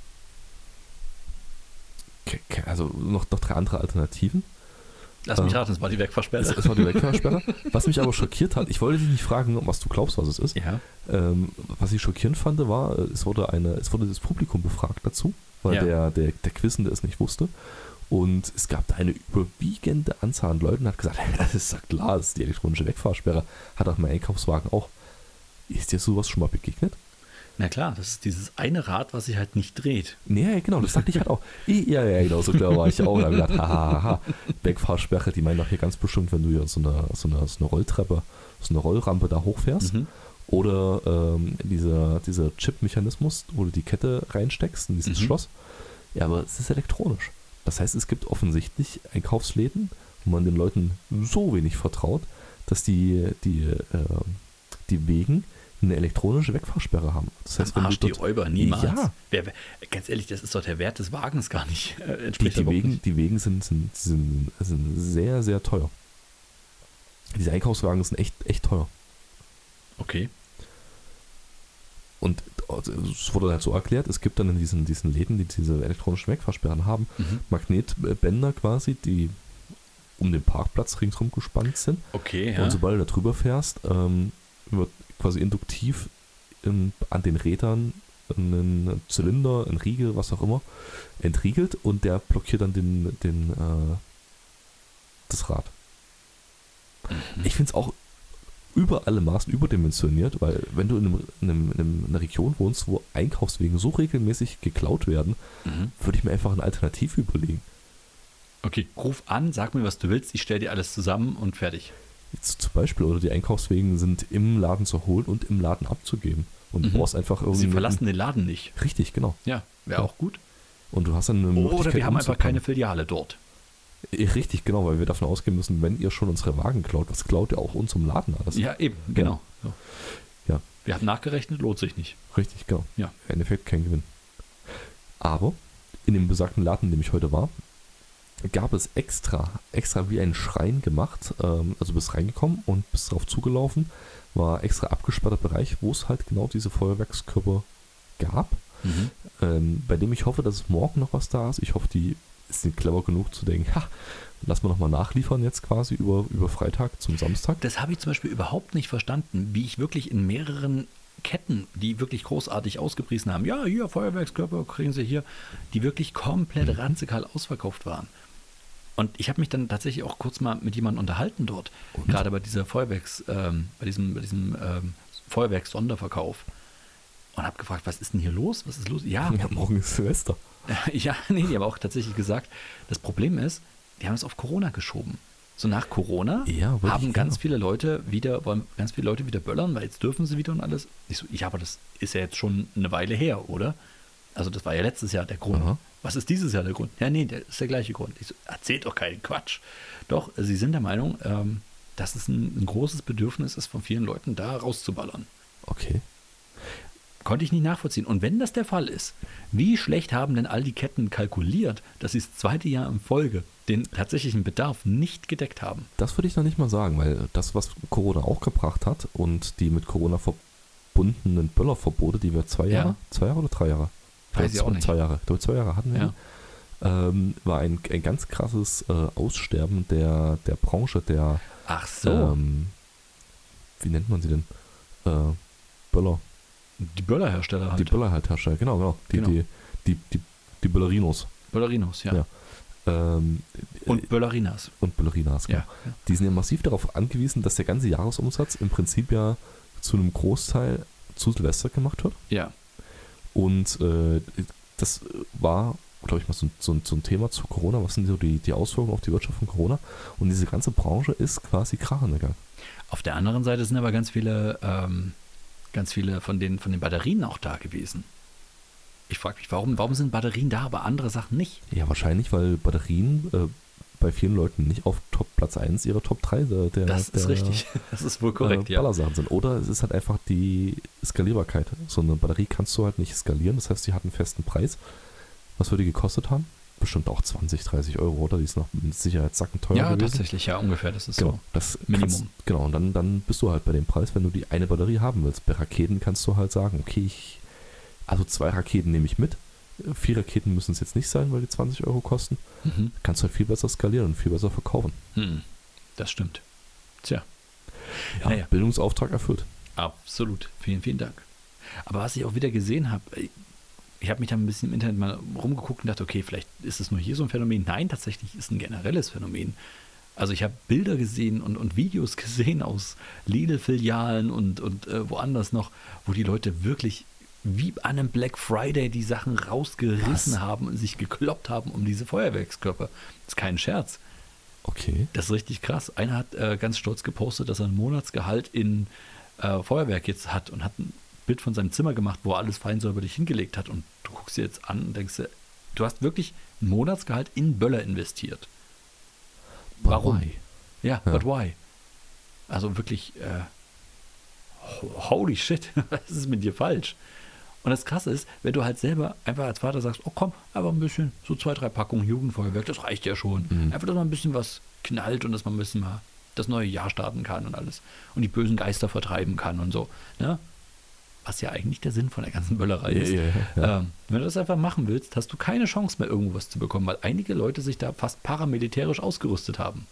ke- ke- also noch, noch drei andere Alternativen. Lass mich Äh, raten, es war die Es, Wegfahrsperre. es war die Wegfahrsperre. Was mich aber schockiert hat, ich wollte dich nicht fragen, was du glaubst, was es ist. Ja. Ähm, was ich schockierend fand, war, es wurde eine, es wurde das Publikum befragt dazu, weil Ja. der, der, der Quizende es nicht wusste. Und es gab da eine überwiegende Anzahl an Leuten, die hat gesagt, das ist ja klar, das ist die elektronische Wegfahrsperre, hat auch mein Einkaufswagen auch. Ist dir sowas schon mal begegnet? Na klar, das ist dieses eine Rad, was sich halt nicht dreht. Nee, ja, genau, das sagte ich halt auch. I- Ja, ja, genau, so klar war ich auch. Da habe ich gedacht, haha, haha, Wegfahrsperre, die meinen doch hier ganz bestimmt, wenn du hier so eine, so eine, so eine Rolltreppe, so eine Rollrampe da hochfährst. Mhm. Oder ähm, dieser, dieser Chip-Mechanismus, wo du die Kette reinsteckst in dieses Mhm. Schloss. Ja, aber es ist elektronisch. Das heißt, es gibt offensichtlich Einkaufsläden, wo man den Leuten so wenig vertraut, dass die, die, äh, die Wegen eine elektronische Wegfahrsperre haben. Das heißt, Am wenn Arsch du die dort, Räuber, niemals. Ja. Wer, wer, ganz ehrlich, das ist doch der Wert des Wagens gar nicht. Äh, die, entspricht die, überhaupt Wegen, nicht. die Wegen sind, sind, sind, sind sehr, sehr teuer. Diese Einkaufswagen sind echt, echt teuer. Okay. Und es wurde halt so erklärt, es gibt dann in diesen, diesen Läden, die diese elektronischen Wegfahrsperren haben, Mhm. Magnetbänder quasi, die um den Parkplatz ringsherum gespannt sind. Okay, ja. Und sobald du da drüber fährst, ähm, wird quasi induktiv in, an den Rädern ein Zylinder, ein Riegel, was auch immer, entriegelt und der blockiert dann den, den, äh, das Rad. Mhm. Ich finde es auch über alle Maßen überdimensioniert, weil wenn du in, einem, in, einem, in, einem, in einer Region wohnst, wo Einkaufswegen so regelmäßig geklaut werden, Mhm. würde ich mir einfach eine Alternative überlegen. Okay, ruf an, sag mir, was du willst, ich stelle dir alles zusammen und fertig. Jetzt zum Beispiel, oder die Einkaufswegen sind im Laden zu holen und im Laden abzugeben. Und Mhm. du brauchst einfach irgendwie. Sie verlassen den Laden nicht. Richtig, genau. Ja, wäre Ja. auch gut. Und du hast dann eine Oder Möglichkeit, wir haben einfach keine umzuplanen. Filiale dort. Eh, Richtig, genau, weil wir davon ausgehen müssen, wenn ihr schon unsere Wagen klaut, was klaut ihr auch uns im Laden alles? Ja, eben, genau. So. Ja. Wir haben nachgerechnet, lohnt sich nicht. Richtig, genau. Ja. Im Endeffekt kein Gewinn. Aber in dem besagten Laden, in dem ich heute war, gab es extra, extra wie einen Schrein gemacht. Ähm, also bist reingekommen und bist drauf zugelaufen. War extra abgesperrter Bereich, wo es halt genau diese Feuerwerkskörper gab. Mhm. Ähm, bei dem ich hoffe, dass es morgen noch was da ist. Ich hoffe, die sind clever genug zu denken, ha, lass mal nochmal nachliefern jetzt quasi über, über Freitag zum Samstag. Das habe ich zum Beispiel überhaupt nicht verstanden, wie ich wirklich in mehreren Ketten, die wirklich großartig ausgepriesen haben, ja, hier, Feuerwerkskörper kriegen sie hier, die wirklich komplett Mhm. ranzekal ausverkauft waren. Und ich habe mich dann tatsächlich auch kurz mal mit jemandem unterhalten dort, Und? gerade bei dieser Feuerwerks, ähm, bei diesem, bei diesem ähm, Feuerwerks-Sonderverkauf und habe gefragt, was ist denn hier los? Was ist los? Ja, Ja, morgen ist Silvester. ja, nee, die haben auch tatsächlich gesagt, das Problem ist, die haben es auf Corona geschoben. So nach Corona Ja, wirklich, haben ganz ja. viele Leute wieder, wollen ganz viele Leute wieder böllern, weil jetzt dürfen sie wieder und alles. Ich so, ja, aber das ist ja jetzt schon eine Weile her, oder? Also das war ja letztes Jahr der Grund. Aha. Was ist dieses Jahr der Grund? Ja, nee, der ist der gleiche Grund. Ich so, erzählt doch keinen Quatsch. Doch, sie sind der Meinung, ähm, dass es ein, ein großes Bedürfnis ist von vielen Leuten, da rauszuballern. Okay. Konnte ich nicht nachvollziehen. Und wenn das der Fall ist, wie schlecht haben denn all die Ketten kalkuliert, dass sie das zweite Jahr in Folge den tatsächlichen Bedarf nicht gedeckt haben? Das würde ich noch nicht mal sagen, weil das, was Corona auch gebracht hat und die mit Corona verbundenen Böllerverbote, die wir zwei Jahre, Ja. zwei Jahre oder drei Jahre? Weiß ich auch zwei, nicht. Zwei Jahre. Ich glaube, zwei Jahre hatten wir. Ja. Ähm, war ein, ein ganz krasses äh, Aussterben der, der Branche, der, Ach so, ähm, wie nennt man sie denn? Äh, Böller. die Böllerhersteller Die halt. Böller halt herstellen, genau, genau. Die, Genau. die, die, die, die Böllerinos. Böllerinos, ja. Ja. Ähm, Und Böllerinas. und Böllerinas, genau. Ja. ja. Die sind ja massiv darauf angewiesen, dass der ganze Jahresumsatz im Prinzip ja zu einem Großteil zu Silvester gemacht wird. Ja. Und äh, das war, glaube ich, mal so, so, so ein Thema zu Corona. Was sind so die, die Auswirkungen auf die Wirtschaft von Corona? Und diese ganze Branche ist quasi krachen gegangen. Auf der anderen Seite sind aber ganz viele, ähm, ganz viele von den, von den Batterien auch da gewesen. Ich frage mich, warum, warum sind Batterien da, aber andere Sachen nicht? Ja, wahrscheinlich, weil Batterien äh, bei vielen Leuten nicht auf Top Platz eins ihrer Top drei der, der, Das ist der richtig. Das ist wohl korrekt, äh, ja. Ballersachen sind. Oder es ist halt einfach die Skalierbarkeit. So eine Batterie kannst du halt nicht skalieren. Das heißt, die hat einen festen Preis. Was würde die gekostet haben? Bestimmt auch zwanzig, dreißig Euro, oder? Die ist noch mit Sicherheit sackenteuer Ja, gewesen. tatsächlich, ja, ungefähr. Das ist Genau, so. das Minimum. Kannst, genau, und dann, dann bist du halt bei dem Preis, wenn du die eine Batterie haben willst. Bei Raketen kannst du halt sagen, okay, ich, also zwei Raketen nehme ich mit. Vier Raketen müssen es jetzt nicht sein, weil die zwanzig Euro kosten. Mhm. Kannst du halt viel besser skalieren und viel besser verkaufen. Hm, das stimmt. Tja, Ja, Naja. Bildungsauftrag erfüllt. absolut. Vielen, vielen Dank. Aber was ich auch wieder gesehen habe, ich habe mich da ein bisschen im Internet mal rumgeguckt und dachte, okay, vielleicht ist es nur hier so ein Phänomen. Nein, tatsächlich ist ein generelles Phänomen. Also ich habe Bilder gesehen und, und Videos gesehen aus Lidl-Filialen und, und äh, woanders noch, wo die Leute wirklich wie an einem Black Friday die Sachen rausgerissen Was? haben und sich gekloppt haben um diese Feuerwerkskörper. Das ist kein Scherz. Okay. Das ist richtig krass. Einer hat äh, ganz stolz gepostet, dass er ein Monatsgehalt in äh, Feuerwerk jetzt hat und hat ein Bild von seinem Zimmer gemacht, wo er alles fein säuberlich hingelegt hat. Und du guckst dir jetzt an und denkst dir, du hast wirklich ein Monatsgehalt in Böller investiert. But Warum? why? Ja, Ja. but why? Also wirklich, äh, holy shit, was ist mit dir falsch? Und das Krasse ist, wenn du halt selber einfach als Vater sagst, oh komm, einfach ein bisschen, so zwei, drei Packungen Jugendfeuerwerk, das reicht ja schon. Mhm. Einfach, dass man ein bisschen was knallt und dass man ein bisschen mal das neue Jahr starten kann und alles. Und die bösen Geister vertreiben kann und so. Ne? Was ja eigentlich der Sinn von der ganzen Böllerei Ja, ist. ja, ja, ja. Ähm, wenn du das einfach machen willst, hast du keine Chance mehr, irgendwo was zu bekommen, weil einige Leute sich da fast paramilitärisch ausgerüstet haben.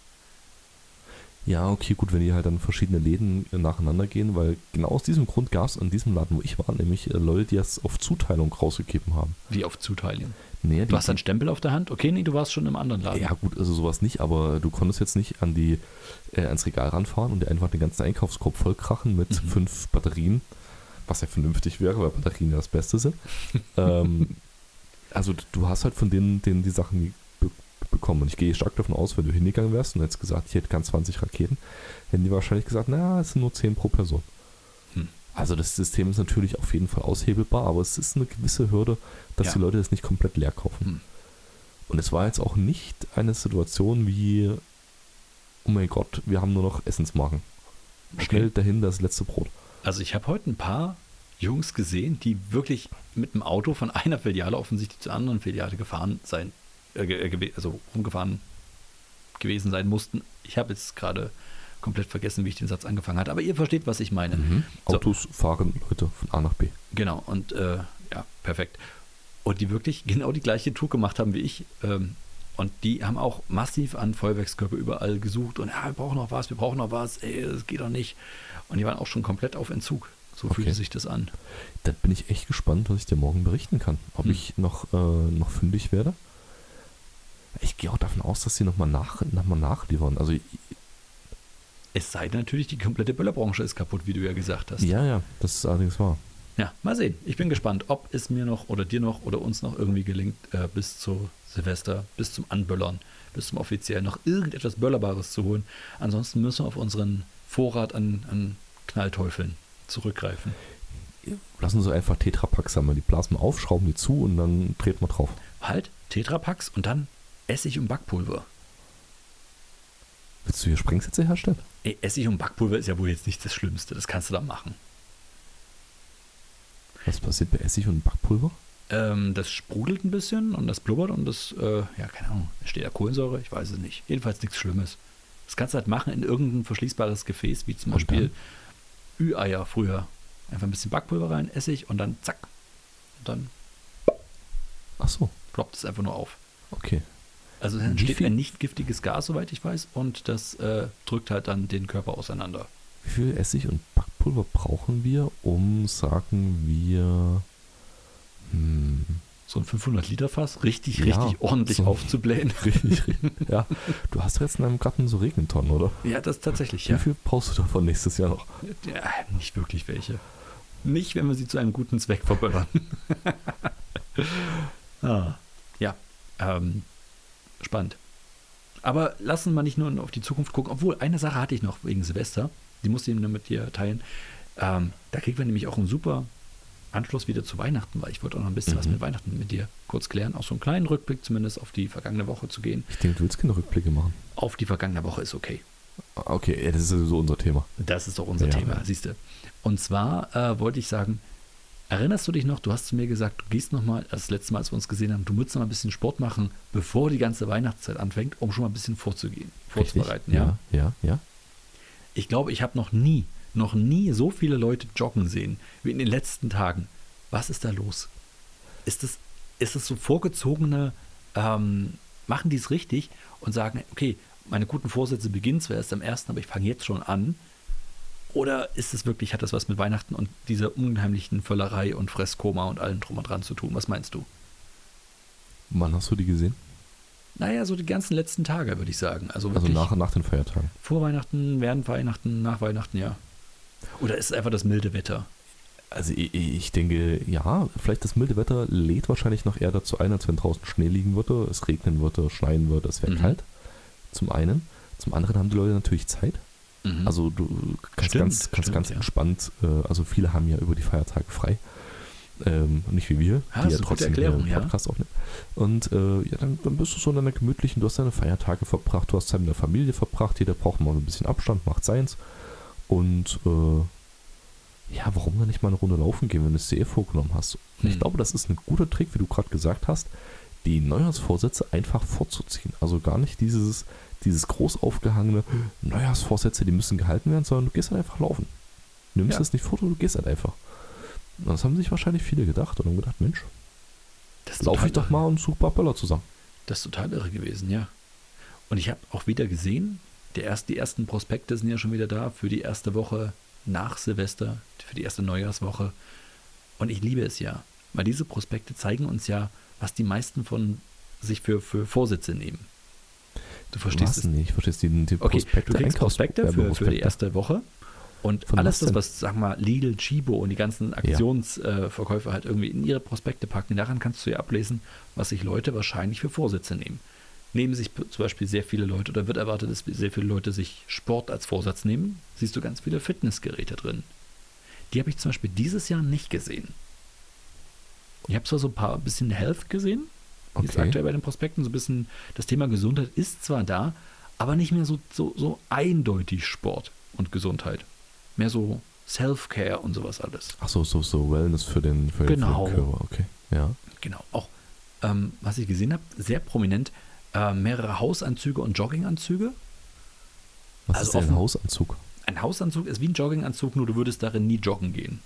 Ja, okay, gut, wenn die halt dann verschiedene Läden äh, nacheinander gehen, weil genau aus diesem Grund gab es an diesem Laden, wo ich war, nämlich äh, Leute, die das auf Zuteilung rausgegeben haben. Wie auf Zuteilung. Nee, Du hast einen Stempel auf der Hand? Okay, nee, du warst schon im anderen Laden. Ja gut, also sowas nicht, aber du konntest jetzt nicht an die äh, ans Regal ranfahren und dir einfach den ganzen Einkaufskorb vollkrachen mit Mhm. fünf Batterien, was ja vernünftig wäre, weil Batterien ja das Beste sind. ähm, also du hast halt von denen, denen die Sachen be bekommen. Und ich gehe stark davon aus, wenn du hingegangen wärst und hättest gesagt, ich hätte gern zwanzig Raketen, hätten die wahrscheinlich gesagt, na, es sind nur zehn pro Person. Hm. Also das System ist natürlich auf jeden Fall aushebelbar, aber es ist eine gewisse Hürde, dass Ja. die Leute das nicht komplett leer kaufen. Hm. Und es war jetzt auch nicht eine Situation wie, oh mein Gott, wir haben nur noch Essensmarken. Schnell dahin das letzte Brot. Also ich habe heute ein paar Jungs gesehen, die wirklich mit dem Auto von einer Filiale offensichtlich zur anderen Filiale gefahren sein äh, also rumgefahren gewesen sein mussten. Ich habe jetzt gerade komplett vergessen, wie ich den Satz angefangen hatte, aber ihr versteht, was ich meine. Mhm. So. Autos fahren Leute von A nach B. Genau, und äh, ja, perfekt. Und die wirklich genau die gleiche Tour gemacht haben wie ich. Ähm, und die haben auch massiv an Feuerwerkskörper überall gesucht und ja, wir brauchen noch was, wir brauchen noch was, ey, das geht doch nicht. Und die waren auch schon komplett auf Entzug. So Okay. fühlte sich das an. Da bin ich echt gespannt, was ich dir morgen berichten kann. Ob Hm. ich noch, äh, noch fündig werde. Ich gehe auch davon aus, dass sie nochmal nach, noch mal nachliefern. Also, Es sei denn natürlich, die komplette Böllerbranche ist kaputt, wie du ja gesagt hast. ja, ja, das ist allerdings wahr. Ja, mal sehen. Ich bin gespannt, ob es mir noch oder dir noch oder uns noch irgendwie gelingt, äh, bis zu Silvester, bis zum Anböllern, bis zum Offiziellen noch irgendetwas Böllerbares zu holen. Ansonsten müssen wir auf unseren Vorrat an, an Knallteufeln zurückgreifen. Lassen Sie einfach Tetrapacks sammeln. Die blasen wir auf, schrauben die zu und dann dreht man drauf. Halt, Tetrapacks und dann Essig und Backpulver. Willst du hier Sprengsätze herstellen? Ey, Essig und Backpulver ist ja wohl jetzt nicht das Schlimmste. Das kannst du da machen. Was passiert bei Essig und Backpulver? Ähm, das sprudelt ein bisschen und das blubbert und das, äh, ja, keine Ahnung, steht da Kohlensäure? Ich weiß es nicht. Jedenfalls nichts Schlimmes. Das kannst du halt machen in irgendein verschließbares Gefäß, wie zum Und Beispiel Ü-Eier früher. Einfach ein bisschen Backpulver rein, Essig und dann zack. Und dann Ach so, ploppt es einfach nur auf. okay. Also es Wie entsteht viel- ein nicht giftiges Gas, soweit ich weiß, und das äh, drückt halt dann den Körper auseinander. Wie viel Essig und Backpulver brauchen wir, um, sagen wir, hm, So ein fünfhundert Liter Fass richtig, Ja, richtig ordentlich so. aufzublähen. richtig, richtig. Ja, du hast jetzt in deinem Garten so Regentonnen, oder? Ja, das tatsächlich, Wie ja. viel brauchst du davon nächstes Jahr noch? ja. Nicht wirklich welche. Nicht, wenn wir sie zu einem guten Zweck verböllern. ah, ja, ähm, spannend. Aber lassen wir nicht nur auf die Zukunft gucken. Obwohl, eine Sache hatte ich noch wegen Silvester. Die musste ich nur mit dir teilen. Ähm, da kriegen wir nämlich auch einen super Anschluss wieder zu Weihnachten, weil ich wollte auch noch ein bisschen Mhm. was mit Weihnachten mit dir kurz klären. Auch so einen kleinen Rückblick zumindest auf die vergangene Woche zu gehen. Ich denke, du willst keine Rückblicke machen. Auf die vergangene Woche ist okay. Ah, Okay, ja, das ist sowieso unser Thema. Das ist doch unser Ja. Thema, siehst du. Und zwar äh, wollte ich sagen, erinnerst du dich noch, du hast zu mir gesagt, du gehst nochmal, das letzte Mal, als wir uns gesehen haben, du musst noch mal ein bisschen Sport machen, bevor die ganze Weihnachtszeit anfängt, um schon mal ein bisschen vorzugehen, vorzubereiten. Ja? Ja, ja, ja. Ich glaube, ich habe noch nie, noch nie so viele Leute joggen sehen, wie in den letzten Tagen. Was ist da los? Ist es, ist es so vorgezogene, ähm, machen die es richtig und sagen, okay, meine guten Vorsätze beginnen zwar erst am ersten, aber ich fange jetzt schon an. Oder ist es wirklich, hat das was mit Weihnachten und dieser unheimlichen Völlerei und Fresskoma und allem drum und dran zu tun? Was meinst du? Wann hast du die gesehen? Naja, so die ganzen letzten Tage, würde ich sagen. Also Also wirklich nach, nach den Feiertagen. vor Weihnachten, während Weihnachten, nach Weihnachten, ja. Oder ist es einfach das milde Wetter? Also ich, ich denke, ja, vielleicht das milde Wetter lädt wahrscheinlich noch eher dazu ein, als wenn draußen Schnee liegen würde, es regnen würde, schneien würde, es wäre Mhm. kalt. Zum einen. Zum anderen haben die Leute natürlich Zeit. Mhm. Also du kannst Stimmt, ganz, kannst stimmt, ganz ja. entspannt, äh, also viele haben ja über die Feiertage frei. Ähm, nicht wie wir, Ja, das die ist ja eine gute trotzdem Erklärung, hier ja. einen Podcast aufnehmen. Und äh, ja, dann, dann bist du so in deiner gemütlichen, du hast deine Feiertage verbracht, du hast Zeit mit der Familie verbracht, jeder braucht mal ein bisschen Abstand, macht seins. Und äh, ja, warum dann nicht mal eine Runde laufen gehen, wenn du es dir eh vorgenommen hast? Und Hm. ich glaube, das ist ein guter Trick, wie du gerade gesagt hast, die Neujahrsvorsätze einfach vorzuziehen. Also gar nicht dieses, dieses groß aufgehangene Neujahrsvorsätze, die müssen gehalten werden, sondern du gehst halt einfach laufen. Du nimmst Ja. es nicht vor, du gehst halt einfach. Und das haben sich wahrscheinlich viele gedacht und haben gedacht, Mensch, Das ist laufe total ich doch irre. mal und suche ein paar Böller zusammen. Das ist total irre gewesen, ja. Und ich habe auch wieder gesehen, der erst, die ersten Prospekte sind ja schon wieder da für die erste Woche nach Silvester, für die erste Neujahrswoche. Und ich liebe es ja, weil diese Prospekte zeigen uns ja, was die meisten von sich für, für Vorsätze nehmen. Du verstehst Was es? nicht? Verstehst du die, die Okay, Prospekte? du kriegst Einkaufs- Prospekte für, für die Werbeprospekte? erste Woche. Und Von alles was das, denn? was, sag mal, Lidl, Chibo und die ganzen Aktionsverkäufer halt irgendwie in ihre Prospekte packen, daran kannst du ja ablesen, was sich Leute wahrscheinlich für Vorsätze nehmen. Nehmen sich p- zum Beispiel sehr viele Leute, oder wird erwartet, dass sehr viele Leute sich Sport als Vorsatz nehmen, siehst du ganz viele Fitnessgeräte drin. Die habe ich zum Beispiel dieses Jahr nicht gesehen. Ich habe zwar so ein paar bisschen Health gesehen, jetzt Okay. aktuell bei den Prospekten, so ein bisschen, das Thema Gesundheit ist zwar da, aber nicht mehr so, so, so eindeutig Sport und Gesundheit. Mehr so Self-Care und sowas alles. Ach so, so, so Wellness für den, für, Genau. für den Körper, okay. Ja. Genau, auch ähm, was ich gesehen habe, sehr prominent, äh, mehrere Hausanzüge und Jogginganzüge. Was Also ist denn ein offen- Hausanzug? Ein Hausanzug ist wie ein Jogginganzug, nur du würdest darin nie joggen gehen.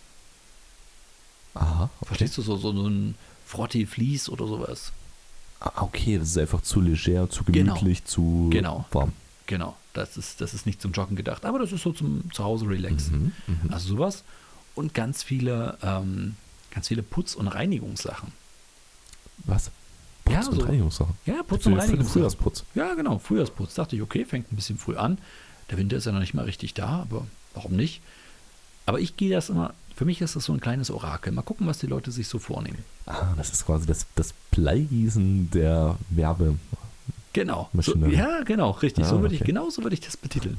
Aha. Okay. Verstehst du, so, so ein Frotti Fleece oder sowas? Ah, okay, das ist einfach zu leger, zu Genau. gemütlich, zu Genau. warm. Genau, das ist, das ist nicht zum Joggen gedacht, aber das ist so zum Zuhause relaxen. Mhm, mhm. Also sowas und ganz viele, ähm, ganz viele Putz- und Reinigungssachen. Was? Putz Ja, und so- Reinigungssachen. Ja, Putz- Für, und für den Reinigungssachen. Frühjahrsputz. Ja, genau, Frühjahrsputz. Dachte ich, okay, fängt ein bisschen früh an. Der Winter ist ja noch nicht mal richtig da, aber warum nicht? Aber ich gehe das immer, für mich ist das so ein kleines Orakel. Mal gucken, was die Leute sich so vornehmen. Ah, das ist quasi das, das Bleigießen der Werbe. Genau. So, Maschinerie. ja, genau, richtig. Ah, so würde ich, okay. genau so würde ich das betiteln.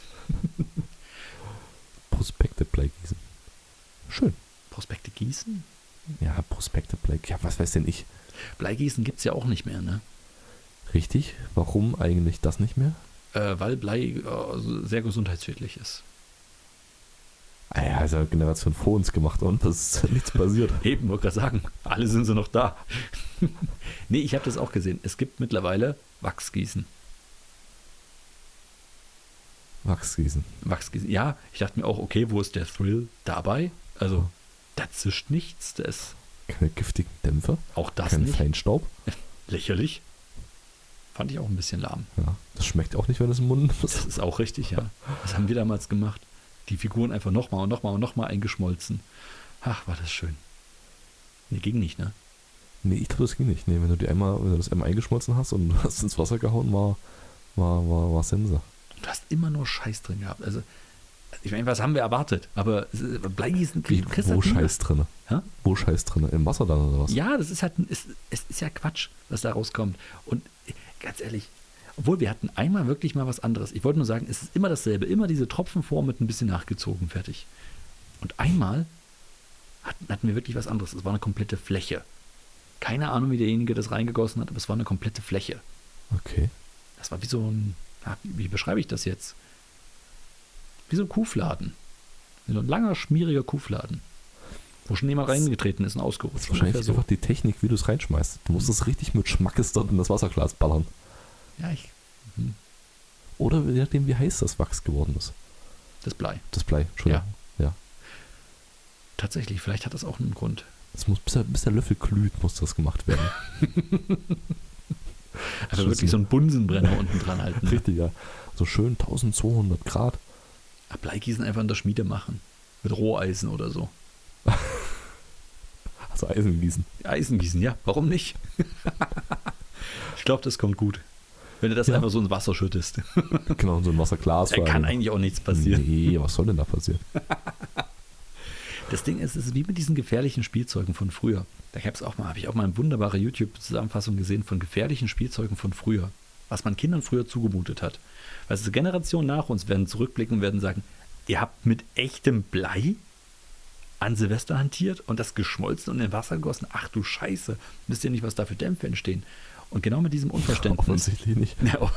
Prospekte Bleigießen. Schön. Prospekte gießen? Ja, Prospekte Bleigießen. Ja, was weiß denn ich? Bleigießen gibt es ja auch nicht mehr, ne? Richtig. Warum eigentlich das nicht mehr? Äh, weil Blei äh, sehr gesundheitsschädlich ist. Ah ja, also Generation vor uns gemacht und das ist nichts passiert. Eben, wollte gerade sagen, alle sind sie noch da. Nee, ich habe das auch gesehen. Es gibt mittlerweile Wachsgießen. Wachsgießen. Wachsgießen. Ja, ich dachte mir auch, okay, wo ist der Thrill dabei? Also, da zischt nichts, da ist Keine giftigen Dämpfe, auch das kein nicht Feinstaub. lächerlich. Fand ich auch ein bisschen lahm. Ja, das schmeckt auch nicht, wenn es im Mund Das ist. ist auch richtig, ja. Was haben wir damals gemacht? Die Figuren einfach nochmal und nochmal und nochmal eingeschmolzen. Ach, war das schön. Nee, ging nicht, ne? Nee, ich glaube, das ging nicht. Nee, wenn du die einmal, wenn du das einmal eingeschmolzen hast und du hast ins Wasser gehauen, war, war, war, war Sense. Du hast immer nur Scheiß drin gehabt. Also, ich meine, was haben wir erwartet? Aber äh, Bleigießen Wie, du kriegst wo halt nie- Scheiß drinne? Hä? Wo Scheiß drinne? Im Wasser dann oder was? Ja, das ist halt, ein- es, es ist ja Quatsch, was da rauskommt. Und äh, ganz ehrlich, obwohl wir hatten einmal wirklich mal was anderes. Ich wollte nur sagen, es ist immer dasselbe, immer diese Tropfenform mit ein bisschen nachgezogen, fertig. Und einmal hatten, hatten wir wirklich was anderes. Es war eine komplette Fläche. Keine Ahnung, wie derjenige das reingegossen hat, aber es war eine komplette Fläche. Okay. Das war wie so ein, ja, wie, wie beschreibe ich das jetzt? Wie so ein Kuhfladen. Wie so ein langer, schmieriger Kuhfladen. Wo schon jemand reingetreten ist und Das ausgerutscht. ist wahrscheinlich Ungefähr so. einfach die Technik, wie du es reinschmeißt. Du musst es richtig mit Schmackes dort in das Wasserglas ballern. Ja, ich, hm, Oder je nachdem, wie heiß das Wachs geworden ist. das Blei. Das Blei, Entschuldigung. Ja. Tatsächlich, vielleicht hat das auch einen Grund. Das muss, bis, der, bis der Löffel glüht, muss das gemacht werden. Also wirklich so ein Bunsenbrenner unten dran halten. Ne? Richtig, ja. So schön zwölfhundert Grad. Ah, Bleigießen einfach in der Schmiede machen. Mit Roheisen oder so. Also Eisengießen. Eisengießen, ja, warum nicht? Ich glaube, das kommt gut. Wenn du das Ja. einfach so ins Wasser schüttest. Genau, in so ein Wasserglas. Da vor kann allem. eigentlich auch nichts passieren. Nee, was soll denn da passieren? Das Ding ist, es ist wie mit diesen gefährlichen Spielzeugen von früher. Da gab es auch mal, habe ich auch mal eine wunderbare YouTube-Zusammenfassung gesehen von gefährlichen Spielzeugen von früher. Was man Kindern früher zugemutet hat. Weil die Generationen nach uns werden zurückblicken und werden sagen, ihr habt mit echtem Blei an Silvester hantiert und das geschmolzen und in Wasser gegossen. Ach du Scheiße, wisst ihr nicht, was da für Dämpfe entstehen? Und genau mit diesem Unverständnis. Offensichtlich nicht. Ja, oh.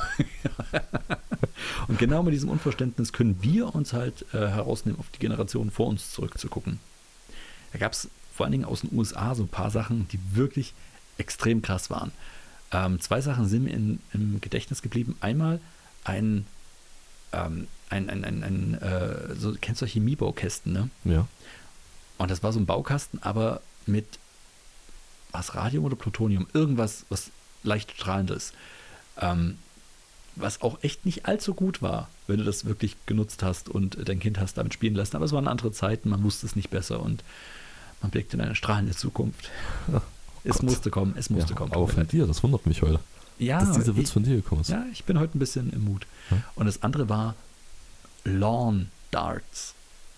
Und genau mit diesem Unverständnis können wir uns halt äh, herausnehmen, auf die Generation vor uns zurückzugucken. Da gab es vor allen Dingen aus den U S A so ein paar Sachen, die wirklich extrem krass waren. Ähm, zwei Sachen sind mir in, im Gedächtnis geblieben. Einmal ein, ähm, ein, ein, ein, ein äh, so, kennst du Chemiebaukästen, ne? Ja. Und das war so ein Baukasten, aber mit was, Radium oder Plutonium? Irgendwas, was leicht strahlendes. Ähm, was auch echt nicht allzu gut war, wenn du das wirklich genutzt hast und dein Kind hast damit spielen lassen. Aber es waren andere Zeiten, man wusste es nicht besser und man blickte in eine strahlende Zukunft. Oh es Gott. musste kommen, es musste ja, kommen. aber von dir, das wundert mich heute, Ja, dass dieser Witz ich, von dir gekommen ist. ja, ich bin heute ein bisschen im Mut. Ja. Und das andere war Lawn Darts.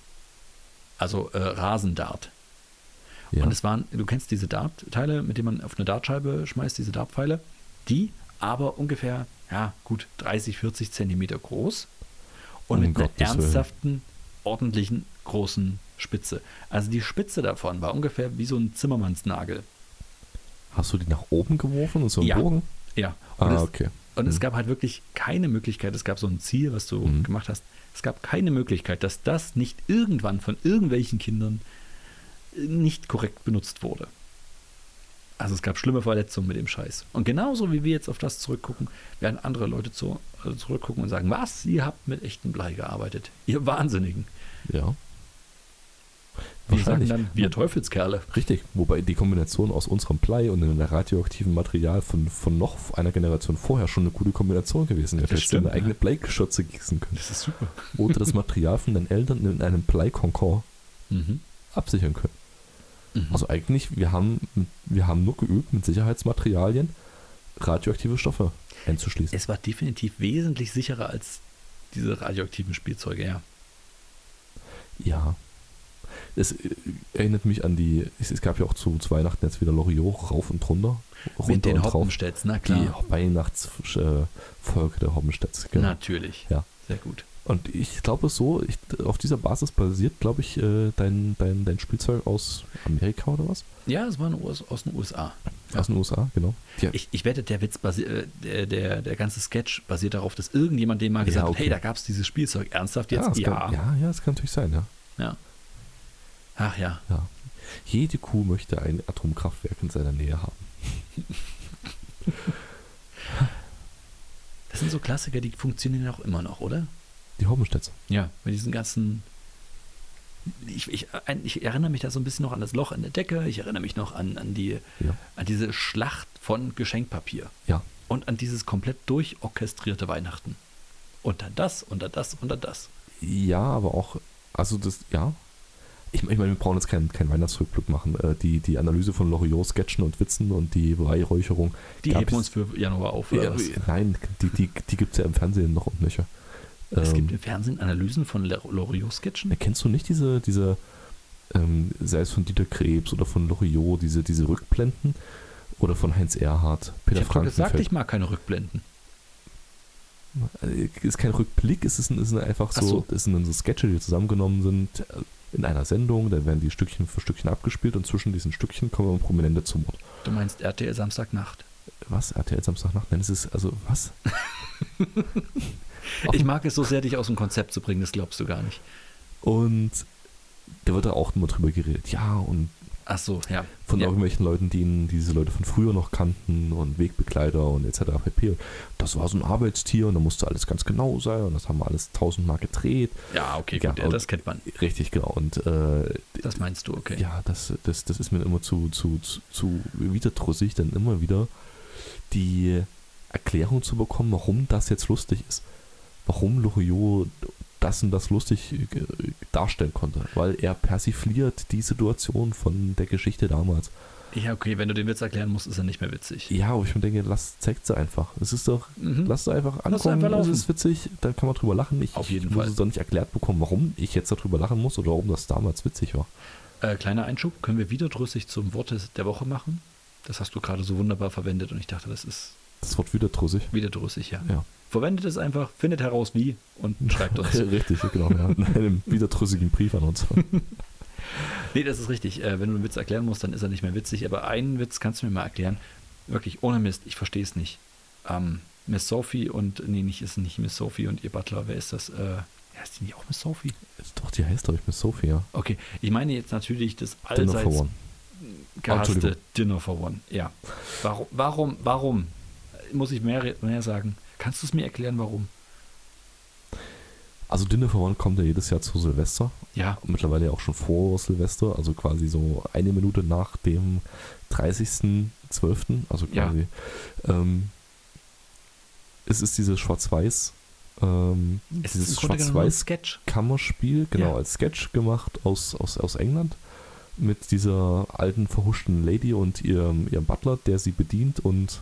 Also äh, Rasendart. Ja. Und es waren, du kennst diese Dartteile, mit denen man auf eine Dartscheibe schmeißt, diese Dartpfeile, die aber ungefähr, ja gut, dreißig, vierzig Zentimeter groß und Um mit einer Gottes Willen. ernsthaften, ordentlichen, großen Spitze. Also die Spitze davon war ungefähr wie so ein Zimmermannsnagel. Hast du die nach oben geworfen und so einen Ja. Bogen? Ja. Und, Ah, es, okay. und es Mhm. gab halt wirklich keine Möglichkeit, es gab so ein Ziel, was du Mhm. gemacht hast, es gab keine Möglichkeit, dass das nicht irgendwann von irgendwelchen Kindern nicht korrekt benutzt wurde. Also es gab schlimme Verletzungen mit dem Scheiß. Und genauso wie wir jetzt auf das zurückgucken, werden andere Leute zu, also zurückgucken und sagen, was, ihr habt mit echtem Blei gearbeitet. Ihr Wahnsinnigen. Ja. Wir sagen dann, wir Teufelskerle. Richtig, wobei die Kombination aus unserem Blei und dem radioaktiven Material von, von noch einer Generation vorher schon eine gute Kombination gewesen wäre. Du hättest eine eigene Bleigeschürze gießen können. Das ist super. Oder das Material von deinen Eltern in einem Blei-Konkord Mhm. absichern können. Mhm. Also eigentlich, wir haben, wir haben nur geübt, mit Sicherheitsmaterialien radioaktive Stoffe einzuschließen. Es war definitiv wesentlich sicherer als diese radioaktiven Spielzeuge, ja. Ja. Es äh, erinnert mich an die, es, es gab ja auch zu, zu Weihnachten jetzt wieder Loriot rauf und runter. Mit den und drauf. Hoppenstädts, na klar. Die Weihnachtsfolge äh, der Hoppenstädts. Genau. Natürlich. Ja. Sehr gut. Und ich glaube so, ich, auf dieser Basis basiert, glaube ich, äh, dein, dein, dein Spielzeug aus Amerika oder was? Ja, es war ein U S, aus den U S A. Ja. Aus den U S A, genau. Ja. Ich, ich wette, der Witz basi- äh, der, der, der ganze Sketch basiert darauf, dass irgendjemand dem mal gesagt Ja, hat, okay. hey, da gab es dieses Spielzeug. Ernsthaft jetzt? Ja, das Ja. Kann, ja, ja, das kann natürlich sein, ja. Ja. Ach ja. ja. Jede Kuh möchte ein Atomkraftwerk in seiner Nähe haben. Das sind so Klassiker, die funktionieren auch immer noch, oder? Die Hoppenstädte. Ja, mit diesen ganzen. Ich, ich, ich erinnere mich da so ein bisschen noch an das Loch in der Decke. Ich erinnere mich noch an, an, die, Ja. an diese Schlacht von Geschenkpapier. Ja. Und an dieses komplett durchorchestrierte Weihnachten. Und dann das, und dann das, und dann das. Ja, aber auch, also das, ja. Ich, ich meine, wir brauchen jetzt keinen kein Weihnachtsrückblick machen. Äh, die, die Analyse von Loriot, Sketchen und Witzen und die Beweihräucherung. Die heben wir uns für Januar auf, oder Ja, was? nein, die, die, die gibt es ja im Fernsehen noch und nöcher. Es Ähm, gibt im Fernsehen Analysen von Loriot-Sketchen. Kennst du nicht diese, diese ähm, sei es von Dieter Krebs oder von Loriot, diese, diese Rückblenden? Oder von Heinz Erhardt, Peter Ich habe gesagt, Frankenfeld? ich mag keine Rückblenden. Es ist kein Rückblick, es ist, ein, es ist einfach Ach so, so. es sind so Sketche, die zusammengenommen sind äh, in einer Sendung, da werden die Stückchen für Stückchen abgespielt und zwischen diesen Stückchen kommen immer Prominente zum Wort. Du meinst R T L Samstagnacht. Was? R T L Samstagnacht? Nein, es ist, also, was? Ich mag es so sehr, dich aus dem Konzept zu bringen, das glaubst du gar nicht. Und da wird da auch immer drüber geredet. Ja, und Ach so, ja. von ja. irgendwelchen Leuten, die ihn, diese Leute von früher noch kannten und Wegbegleiter und et cetera pp. Und das war so ein Arbeitstier und da musste alles ganz genau sein und das haben wir alles tausendmal gedreht. Ja, okay, Ja, gut, ja, und- das kennt man. Richtig, genau. Und äh, Das meinst du, okay. ja, das, das, das ist mir immer zu, zu, zu, zu widerdrüssig, dann immer wieder die Erklärung zu bekommen, warum das jetzt lustig ist. Warum Loriot das und das lustig äh, darstellen konnte. Weil er persifliert die Situation von der Geschichte damals. Ja, okay, wenn du den Witz erklären musst, ist er nicht mehr witzig. Ja, aber ich mir denke, lass, zeigt sie einfach. Es ist doch, Mhm. lass es einfach Lass es ankommen, einfach laufen. es ist witzig, dann kann man drüber lachen. Ich, Auf jeden ich muss Fall. es doch nicht erklärt bekommen, warum ich jetzt darüber lachen muss oder warum das damals witzig war. Äh, kleiner Einschub, können wir widerdrüssig zum Wort des- der Woche machen? Das hast du gerade so wunderbar verwendet und ich dachte, das ist Das Wort wieder trussig. widerdrüssig, ja. Ja. Verwendet es einfach, findet heraus wie und schreibt uns. Richtig, genau. Ja. In einem widerdrüssigen Brief an uns. Nee, das ist richtig. Äh, wenn du einen Witz erklären musst, dann ist er nicht mehr witzig. Aber einen Witz kannst du mir mal erklären. Wirklich, ohne Mist, ich verstehe es nicht. Ähm, Miss Sophie und, nee, nicht, ist nicht Miss Sophie und ihr Butler, wer ist das? Äh, ja, ist die nicht auch Miss Sophie? Doch, die heißt, glaube ich, Miss Sophie, ja. Okay, ich meine jetzt natürlich das Dinner for allseits One. gehasste Entschuldigung. Dinner for One. Ja. Warum, warum, warum? Muss ich mehr, mehr sagen? Kannst du es mir erklären, warum? Also Dinner for One kommt ja jedes Jahr zu Silvester. Ja, Mittlerweile ja auch schon vor Silvester, also quasi so eine Minute nach dem dreißigsten zwölften Also Ja. quasi. Ähm, es ist dieses Schwarz-Weiß, ähm, es dieses ist im Grunde genommen nur ein Schwarz-Weiß Sketch. Kammerspiel, genau, Ja. als Sketch gemacht aus, aus, aus England mit dieser alten verhuschten Lady und ihrem, ihrem Butler, der sie bedient und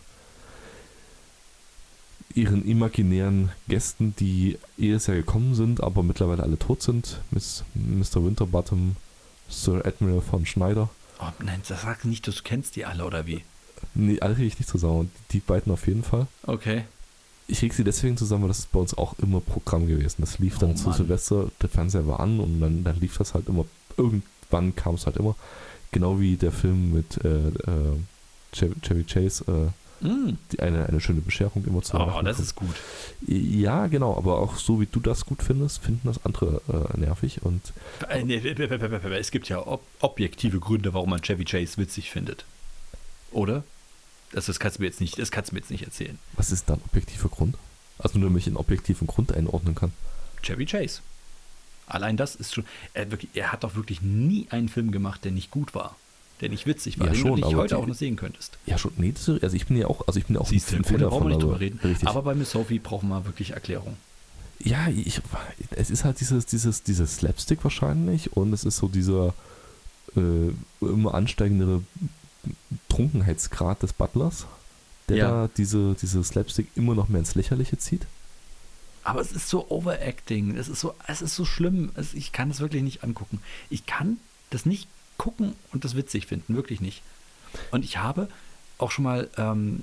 ihren imaginären Gästen, die jedes Jahr gekommen sind, aber mittlerweile alle tot sind. Miss, Mister Winterbottom, Sir Admiral von Schneider. Oh, nein, das sag nicht, du kennst die alle, oder wie? Nee, alle kriege ich nicht zusammen. Die beiden auf jeden Fall. Okay. Ich kriege sie deswegen zusammen, weil das ist bei uns auch immer Programm gewesen. Das lief dann Oh zu Mann. Silvester, der Fernseher war an und dann, dann lief das halt immer, irgendwann kam es halt immer. Genau wie der Film mit äh, äh, Chevy, Chevy Chase, äh, Mm. die eine, eine schöne Bescherung immer zu Oh, Weihnachten das kommt. ist gut. Ja, genau, aber auch so wie du das gut findest, finden das andere äh, nervig und Äh, nee, Es gibt ja ob objektive Gründe, warum man Chevy Chase witzig findet. Oder? Das, das, kannst du mir jetzt nicht, das kannst du mir jetzt nicht erzählen. Was ist da ein objektiver Grund? Also nur, damit ich einen objektiven Grund einordnen kann. Chevy Chase. Allein das ist schon. Er, wirklich, er hat doch wirklich nie einen Film gemacht, der nicht gut war. Der nicht witzig war, Ja, den schon, du nicht aber heute die- auch noch sehen könntest. Ja, schon. Nee, das, also ich bin ja auch, also ich bin ja auch Siehst du, ein gut, da brauchen wir nicht aber- drüber reden. Richtig. Aber bei Miss Sophie brauchen wir wirklich Erklärung. Ja, ich, es ist halt dieses, dieses, dieses Slapstick wahrscheinlich und es ist so dieser äh, immer ansteigendere Trunkenheitsgrad des Butlers, der Ja. da diese, diese Slapstick immer noch mehr ins Lächerliche zieht. Aber es ist so Overacting. Es ist so, es ist so schlimm. Es, ich kann es wirklich nicht angucken. Ich kann das nicht gucken und das witzig finden. Wirklich nicht. Und ich habe auch schon mal, ähm,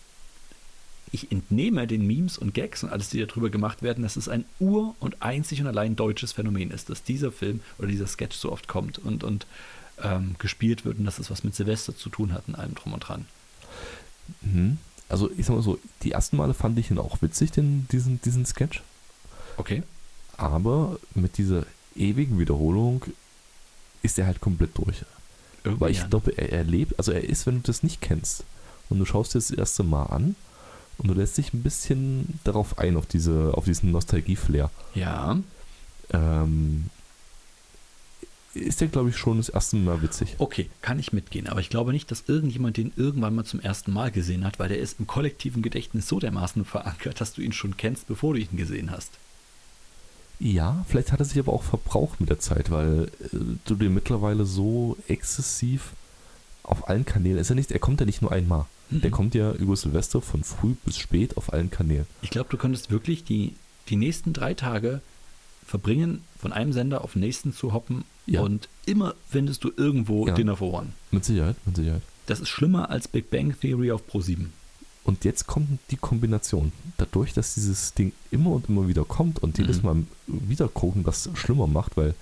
ich entnehme den Memes und Gags und alles, die darüber gemacht werden, dass es ein ur- und einzig und allein deutsches Phänomen ist, dass dieser Film oder dieser Sketch so oft kommt und, und ähm, gespielt wird und dass es was mit Silvester zu tun hat und allem drum und dran. Mhm. Also ich sag mal so, die ersten Male fand ich ihn auch witzig, den, diesen, diesen Sketch. Okay. Aber mit dieser ewigen Wiederholung ist er halt komplett durch. Irgendwie Weil ich ja. glaube, er, er lebt, also er ist, wenn du das nicht kennst und du schaust dir das erste Mal an und du lässt dich ein bisschen darauf ein, auf, diese, auf diesen Nostalgie-Flair, Ja. ähm, ist der, glaube ich, schon das erste Mal witzig. Okay, kann ich mitgehen, aber ich glaube nicht, dass irgendjemand den irgendwann mal zum ersten Mal gesehen hat, weil der ist im kollektiven Gedächtnis so dermaßen verankert, dass du ihn schon kennst, bevor du ihn gesehen hast. Ja, vielleicht hat er sich aber auch verbraucht mit der Zeit, weil äh, du den mittlerweile so exzessiv auf allen Kanälen, ist er nicht, er kommt ja nicht nur einmal. Mhm. Der kommt ja über Silvester von früh bis spät auf allen Kanälen. Ich glaube, du könntest wirklich die, die nächsten drei Tage verbringen, von einem Sender auf den nächsten zu hoppen Ja. und immer findest du irgendwo Ja. Dinner for One. Mit Sicherheit, mit Sicherheit. Das ist schlimmer als Big Bang Theory auf ProSieben. Und jetzt kommt die Kombination. Dadurch, dass dieses Ding immer und immer wieder kommt und jedes Mhm. Mal wieder gucken, das schlimmer macht, weil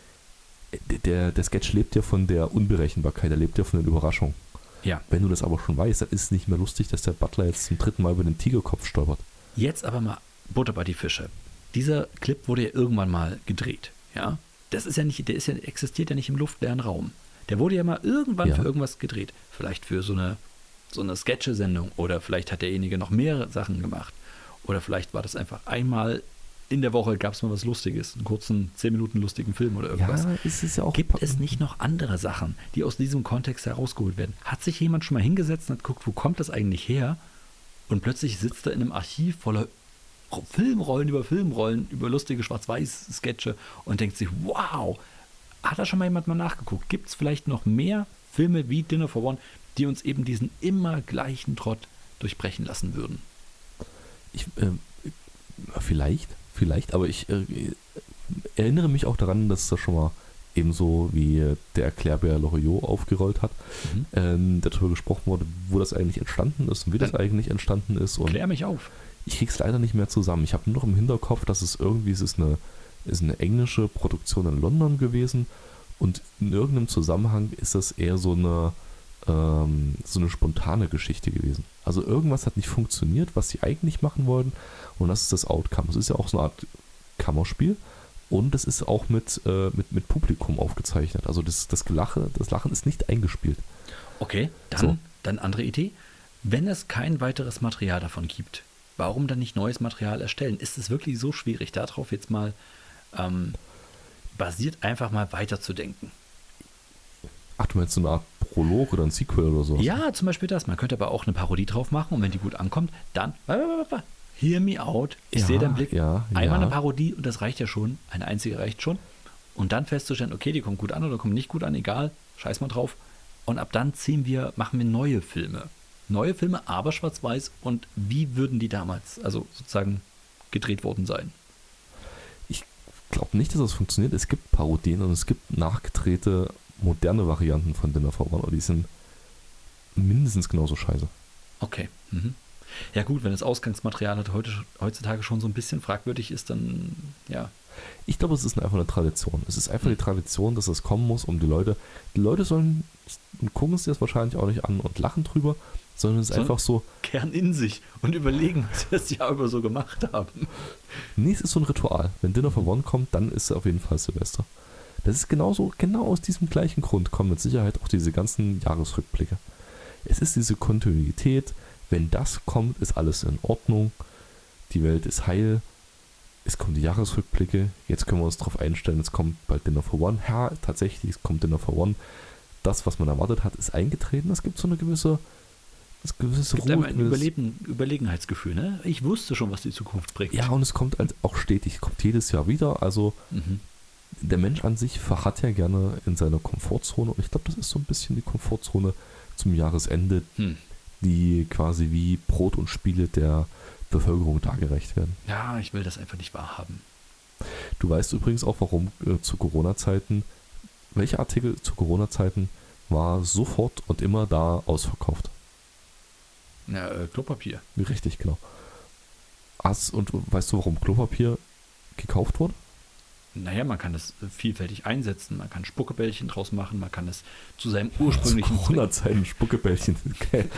der, der Sketch lebt ja von der Unberechenbarkeit, er lebt ja von den Überraschungen. Ja. Wenn du das aber schon weißt, dann ist es nicht mehr lustig, dass der Butler jetzt zum dritten Mal über den Tigerkopf stolpert. Jetzt aber mal Butter bei die Fische. Dieser Clip wurde ja irgendwann mal gedreht, ja. Das ist ja nicht, der ist ja, existiert ja nicht im luftleeren Raum. Der wurde ja mal irgendwann Ja. für irgendwas gedreht. Vielleicht für so eine, so eine Sketche-Sendung oder vielleicht hat derjenige noch mehrere Sachen gemacht. Oder vielleicht war das einfach einmal in der Woche gab es mal was Lustiges, einen kurzen zehn Minuten lustigen Film oder irgendwas. Ja, es ist ja auch. Gibt es nicht noch andere Sachen, die aus diesem Kontext herausgeholt werden? Hat sich jemand schon mal hingesetzt und hat geguckt, wo kommt das eigentlich her? Und plötzlich sitzt er in einem Archiv voller Filmrollen über Filmrollen, über lustige Schwarz-Weiß-Sketche und denkt sich, wow, hat da schon mal jemand mal nachgeguckt? Gibt es vielleicht noch mehr Filme wie Dinner for One, die uns eben diesen immer gleichen Trott durchbrechen lassen würden? Ich, äh, vielleicht, vielleicht, aber ich äh, erinnere mich auch daran, dass das schon mal ebenso wie der Erklärbär Loriot aufgerollt hat, Mhm. ähm, darüber gesprochen wurde, wo das eigentlich entstanden ist und wie das Dann eigentlich entstanden ist. Und Klär mich auf. ich krieg's leider nicht mehr zusammen. Ich habe nur noch im Hinterkopf, dass es irgendwie, es ist eine, ist eine englische Produktion in London gewesen und in irgendeinem Zusammenhang ist das eher so eine, ähm, so eine spontane Geschichte gewesen. Also irgendwas hat nicht funktioniert, was sie eigentlich machen wollten und das ist das Outcome. Es ist ja auch so eine Art Kammerspiel und es ist auch mit, äh, mit, mit Publikum aufgezeichnet. Also das, das, Gelache, das Lachen ist nicht eingespielt. Okay, dann, So. dann andere Idee. Wenn es kein weiteres Material davon gibt, warum dann nicht neues Material erstellen? Ist es wirklich so schwierig, darauf jetzt mal ähm, basiert einfach mal weiterzudenken? Ach, du meinst so eine Art Prolog oder ein Sequel oder so? Ja, zum Beispiel das. Man könnte aber auch eine Parodie drauf machen und wenn die gut ankommt, dann hear me out. Ich Ja, sehe deinen Blick. ja, Einmal ja. eine Parodie und das reicht ja schon. Eine einzige reicht schon. Und dann festzustellen, okay, die kommt gut an oder kommt nicht gut an, egal, scheiß mal drauf. Und ab dann ziehen wir, machen wir neue Filme. Neue Filme, aber schwarz-weiß. Und wie würden die damals, also sozusagen, gedreht worden sein? Ich glaube nicht, dass das funktioniert. Es gibt Parodien und es gibt nachgedrehte moderne Varianten von Dinner for One, aber die sind mindestens genauso scheiße. Okay. Mhm. Ja gut, wenn das Ausgangsmaterial halt heute, heutzutage schon so ein bisschen fragwürdig ist, dann ja. Ich glaube, es ist einfach eine Tradition. Es ist einfach Mhm. die Tradition, dass es kommen muss, um die Leute, die Leute sollen, und gucken sich das wahrscheinlich auch nicht an und lachen drüber, sondern es ist So. einfach so, Kern in sich und überlegen, was wir das Jahr über so gemacht haben. nee, es ist so ein Ritual. Wenn Dinner for One kommt, dann ist es auf jeden Fall Silvester. Das ist genauso, genau aus diesem gleichen Grund kommen mit Sicherheit auch diese ganzen Jahresrückblicke. Es ist diese Kontinuität. Wenn das kommt, ist alles in Ordnung. Die Welt ist heil. Es kommen die Jahresrückblicke. Jetzt können wir uns darauf einstellen, es kommt bald Dinner for One. Ja, tatsächlich, es kommt Dinner for One. Das, was man erwartet hat, ist eingetreten. Es gibt so eine gewisse, das gewisse Es gibt Ruhe. einmal ein Überleben, Überlegenheitsgefühl. Ne? Ich wusste schon, was die Zukunft bringt. Ja, und es kommt halt auch stetig, kommt jedes Jahr wieder. Also Mhm. der Mensch an sich verharrt ja gerne in seiner Komfortzone. Und ich glaube, das ist so ein bisschen die Komfortzone zum Jahresende, Hm. die quasi wie Brot und Spiele der Bevölkerung dargereicht werden. Ja, ich will das einfach nicht wahrhaben. Du weißt übrigens auch, warum äh, zu Corona-Zeiten, welcher Artikel zu Corona-Zeiten war sofort und immer da ausverkauft. Ja, äh, Klopapier. Richtig, genau. Hast, und weißt du, warum Klopapier gekauft wurde? Naja, man kann es vielfältig einsetzen. Man kann Spuckebällchen draus machen. Man kann es zu seinem ursprünglichen Zu Corona-Zeiten Spuckebällchen. Okay.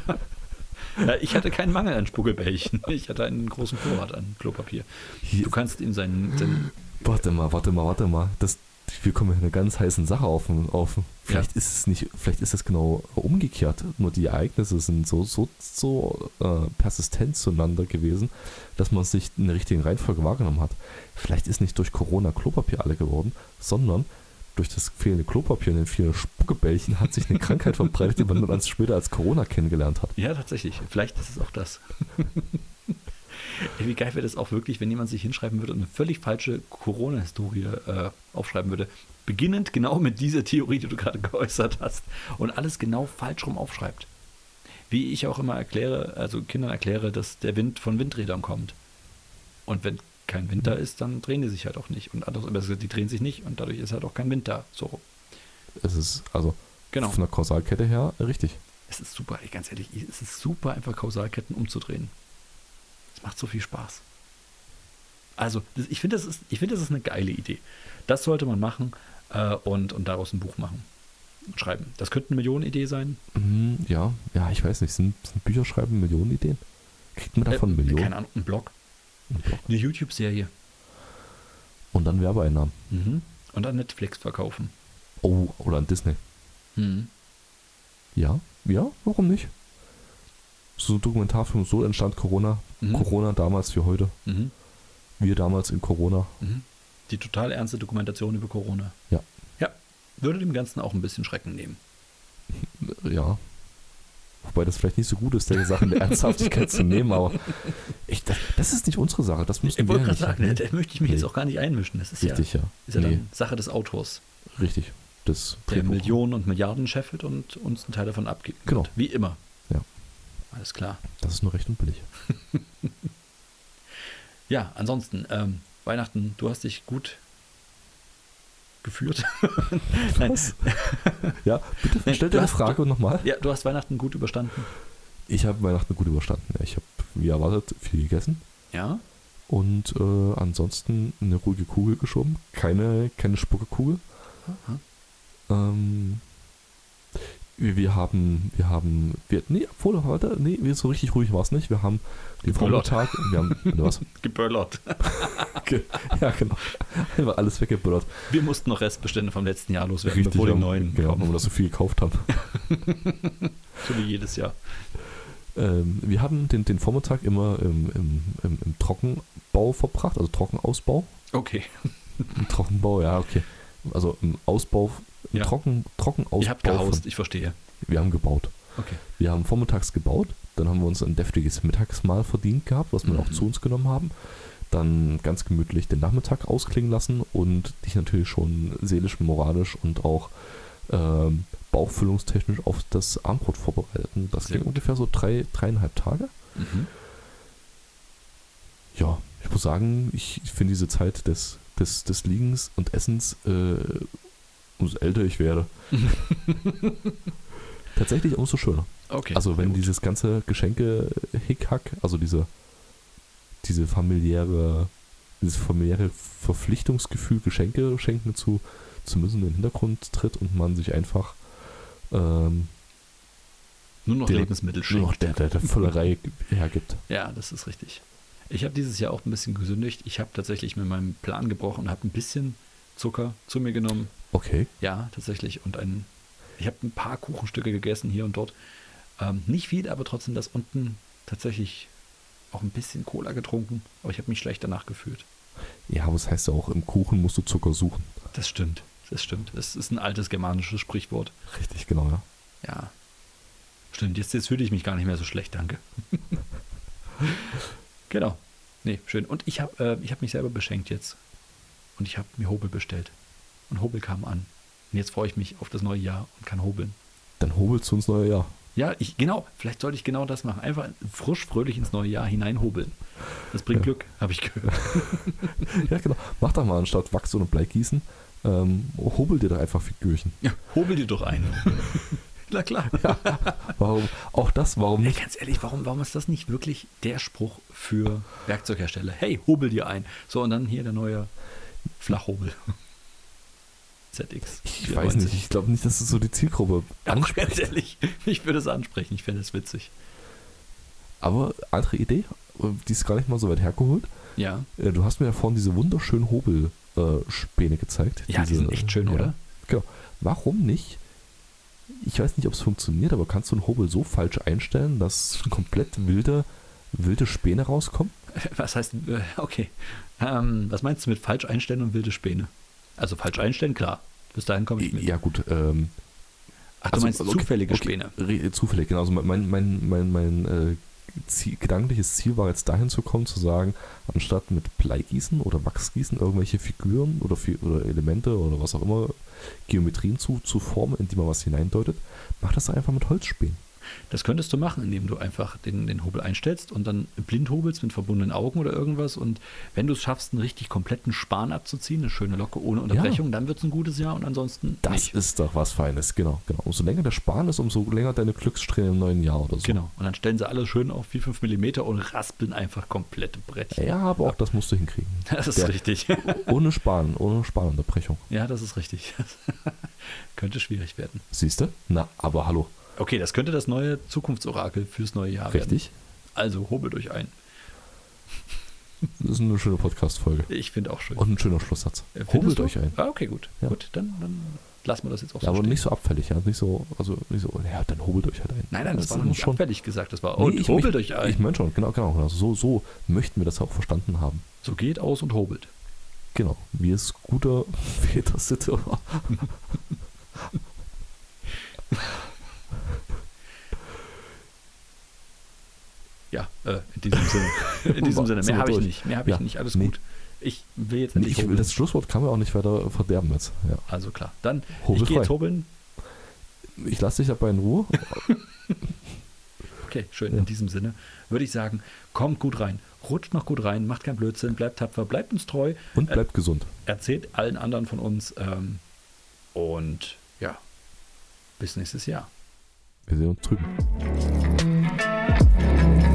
Ja, ich hatte keinen Mangel an Spuckebällchen. Ich hatte einen großen Vorrat an Klopapier. Hier, Du kannst in seinen... seinen warte mal, warte mal, warte mal. Das, wir kommen hier eine ganz heißen Sache auf. auf. Vielleicht Ja. ist es nicht, vielleicht ist es genau umgekehrt. Nur die Ereignisse sind so, so, so äh, persistent zueinander gewesen, dass man sich in der richtigen Reihenfolge wahrgenommen hat. Vielleicht ist nicht durch Corona Klopapier alle geworden, sondern durch das fehlende Klopapier und den vielen Spuckebällchen hat sich eine Krankheit verbreitet, die man dann später als Corona kennengelernt hat. ja, tatsächlich. Vielleicht ist es auch das. Ey, wie geil wäre das auch wirklich, wenn jemand sich hinschreiben würde und eine völlig falsche Corona-Historie äh, aufschreiben würde. Beginnend genau mit dieser Theorie, die du gerade geäußert hast. Und alles genau falsch rum aufschreibt. Wie ich auch immer erkläre, also Kindern erkläre, dass der Wind von Windrädern kommt. Und wenn kein Wind da ist, dann drehen die sich halt auch nicht. Und anders, also die drehen sich nicht und dadurch ist halt auch kein Wind da. So. Es ist also Genau. von der Kausalkette her richtig. Es ist super, ey, ganz ehrlich, es ist super, einfach Kausalketten umzudrehen. Es macht so viel Spaß. Also, das, ich finde, das, ist- ich finde, das ist eine geile Idee. Das sollte man machen äh, und, und daraus ein Buch machen. Und schreiben. Das könnte eine Millionenidee sein. Mhm, ja, ja, ich weiß nicht. Sind, sind Bücher schreiben Millionen Ideen? Kriegt man davon Äh, Millionen? Keine Ahnung, ein Blog. Ein Blog. Eine YouTube-Serie. Und dann Werbeeinnahmen. Mhm. Und an Netflix verkaufen. Oh, oder an Disney. Mhm. Ja, ja, warum nicht? So ein Dokumentarfilm, so entstand Corona. Mhm. Corona damals wie heute. Mhm. Wir damals in Corona. Mhm. Die total ernste Dokumentation über Corona. Ja. Ja. Würde dem Ganzen auch ein bisschen Schrecken nehmen. Ja. Wobei das vielleicht nicht so gut ist, der Sachen der Ernsthaftigkeit zu nehmen, aber ich, das, das ist nicht unsere Sache. Das müssen Ich wir wollte ja gerade nicht. sagen, da, da möchte ich mich Nee. jetzt auch gar nicht einmischen. Das ist Richtig, ja. ja, ist ja Nee, dann Sache des Autors, richtig. Das der Drehbuch. Millionen und Milliarden scheffelt und uns einen Teil davon abgibt. Genau. Wie immer. Ja. Alles klar. Das ist nur recht und billig. Ja, ansonsten, ähm, Weihnachten, du hast dich gut geführt. Nein. Was? Ja, bitte Nee, stell du deine hast- Frage nochmal. Ja, du hast Weihnachten gut überstanden. Ich habe Weihnachten gut überstanden. Ja, ich habe, wie erwartet, viel gegessen. Ja. Und äh, ansonsten eine ruhige Kugel geschoben. Keine, keine Spuckekugel. Aha. Ähm, wir, wir haben, wir haben, wir, nee, obwohl, warte, nee, wir- so richtig ruhig war es nicht. Wir haben den Geböllert. Vormittag, wir haben, was? Geböllert. Ge- Ja, genau. Einfach alles weggeböllert. Wir mussten noch Restbestände vom letzten Jahr loswerden, bevor wir die haben- neuen Genau, weil kommen. wir das so viel gekauft haben. So wie jedes Jahr. Ähm, wir haben den, den Vormittag immer im, im, im, im Trockenbau verbracht, also Trockenausbau. Okay. Im Trockenbau, ja, okay. Also im Ausbau, im Ja. Trocken, Trockenausbau. Ihr habt gehaust, von, ich verstehe. wir haben gebaut. Okay. Wir haben vormittags gebaut, dann haben wir uns ein deftiges Mittagsmahl verdient gehabt, was wir Mhm. auch zu uns genommen haben. Dann ganz gemütlich den Nachmittag ausklingen lassen und dich natürlich schon seelisch, moralisch und auch ähm, bauchfüllungstechnisch auf das Abendbrot vorbereiten. Das Sehr ging gut. ungefähr so drei, dreieinhalb Tage. Mhm. Ja, ich muss sagen, ich finde diese Zeit des, des, des Liegens und Essens, äh, umso älter ich werde, tatsächlich umso schöner. Okay. Also wenn sehr gut. dieses ganze Geschenke-Hickhack, also diese, diese familiäre, dieses familiäre Verpflichtungsgefühl, Geschenke schenken zu, zu müssen, in den Hintergrund tritt und man sich einfach ähm, nur noch der- Lebensmittel nur noch schenkt. der, der, der Völlerei hergibt. Ja, das ist richtig. Ich habe dieses Jahr auch ein bisschen gesündigt. Ich habe tatsächlich mit meinem Plan gebrochen und habe ein bisschen Zucker zu mir genommen. Okay. Ja, tatsächlich. Und ein, ich habe ein paar Kuchenstücke gegessen hier und dort. Ähm, nicht viel, aber trotzdem das unten tatsächlich auch ein bisschen Cola getrunken. Aber ich habe mich schlecht danach gefühlt. Ja, aber das heißt ja auch, im Kuchen musst du Zucker suchen. Das stimmt, das stimmt. Das ist ein altes germanisches Sprichwort. Richtig, genau, ja. Ja, stimmt. Jetzt, jetzt fühle ich mich gar nicht mehr so schlecht, danke. Genau. Nee, schön. Und ich habe äh, ich hab mich selber beschenkt jetzt. Und ich habe mir Hobel bestellt. Und Hobel kam an. Und jetzt freue ich mich auf das neue Jahr und kann hobeln. Dann hobelst du ins neue Jahr. Ja, ich, genau. Vielleicht sollte ich genau das machen. Einfach frisch, fröhlich ins neue Jahr hineinhobeln. Das bringt Ja. Glück, habe ich gehört. Ja, genau. Mach doch mal anstatt Wachs und Bleigießen, ähm, hobel dir doch einfach Figürchen. Ja, hobel dir doch ein. Na klar. Warum? Auch das, warum Ey, nicht? ganz ehrlich, warum, warum ist das nicht wirklich der Spruch für Werkzeughersteller? Hey, hobel dir ein. So, und dann hier der neue Flachhobel. Z X. Ich weiß nicht, ich glaube nicht, dass es so die Zielgruppe Auch ganz anspricht. ehrlich, ich würde es ansprechen. Ich fände es witzig. Aber andere Idee, die ist gar nicht mal so weit hergeholt. Ja. Äh, Du hast mir ja vorhin diese wunderschönen Hobelspäne gezeigt. Ja, diese, die sind echt schön, ja. oder? Genau. Warum nicht? Ich weiß nicht, ob es funktioniert, aber kannst du einen Hobel so falsch einstellen, dass komplett wilde, wilde Späne rauskommen? Was heißt, äh, okay. Ähm, was meinst du mit falsch einstellen und wilde Späne? Also falsch einstellen, klar. Bis dahin komme ich mit. Ja, gut. Ähm, Ach, du also, meinst okay, zufällige okay, Späne. re- Zufällig, genau. Also mein, mein, mein, mein äh, Ziel, gedankliches Ziel war jetzt dahin zu kommen, zu sagen, anstatt mit Bleigießen oder Wachsgießen irgendwelche Figuren oder, Fi- oder Elemente oder was auch immer, Geometrien zu, zu formen, in die man was hineindeutet, mach das doch einfach mit Holzspänen. Das könntest du machen, indem du einfach den, den Hobel einstellst und dann blind hobelst mit verbundenen Augen oder irgendwas. Und wenn du es schaffst, einen richtig kompletten Span abzuziehen, eine schöne Locke ohne Unterbrechung, dann wird es ein gutes Jahr und ansonsten Das nicht. ist doch was Feines, genau, genau. Umso länger der Span ist, umso länger deine Glückssträhne im neuen Jahr oder so. Genau. Und dann stellen sie alles schön auf wie fünf Millimeter und raspeln einfach komplette Brettchen. Ja, aber auch das musst du hinkriegen. Das ist Der- richtig. Ohne Span, ohne Spanunterbrechung. Ja, das ist richtig. Könnte schwierig werden. Siehst du? Na, aber hallo. Okay, das könnte das neue Zukunftsorakel fürs neue Jahr werden. Richtig? Also hobelt euch ein. Das ist eine schöne Podcast-Folge. Ich finde auch schön. Und ein schöner Schlusssatz. Findest Hobelt du? euch ein. Ah, okay, gut. Ja. Gut, dann, dann lassen wir das jetzt auch Ja, so aber stehen. nicht so abfällig, ja. Nicht so, also nicht so, ja, dann hobelt euch halt ein. Nein, nein, das, Das war ist noch nicht schon- abfällig gesagt. Das war, Nee, und ich- hobelt ich, euch ein. Ich meine schon, genau, genau. genau. So, so möchten wir das auch verstanden haben. So geht aus und hobelt. Genau, wie es guter Vätersitte war. Ja, äh, in diesem Sinne. In diesem Sinne. Sind Mehr wir habe ich durch? nicht. Mehr habe ich Ja, nicht. Alles nee. gut. Ich will jetzt Nee, endlich ich, hobeln. das Schlusswort kann man auch nicht weiter verderben jetzt. Ja. Also klar. Dann, Hobel ich gehe jetzt frei. hobeln. Ich lasse dich dabei in Ruhe. Okay, schön. Ja. In diesem Sinne würde ich sagen, kommt gut rein. Rutscht noch gut rein. Macht keinen Blödsinn. Bleibt tapfer. Bleibt uns treu. Und bleibt gesund. Erzählt allen anderen von uns. Ähm, und ja, bis nächstes Jahr. Wir sehen uns drüben.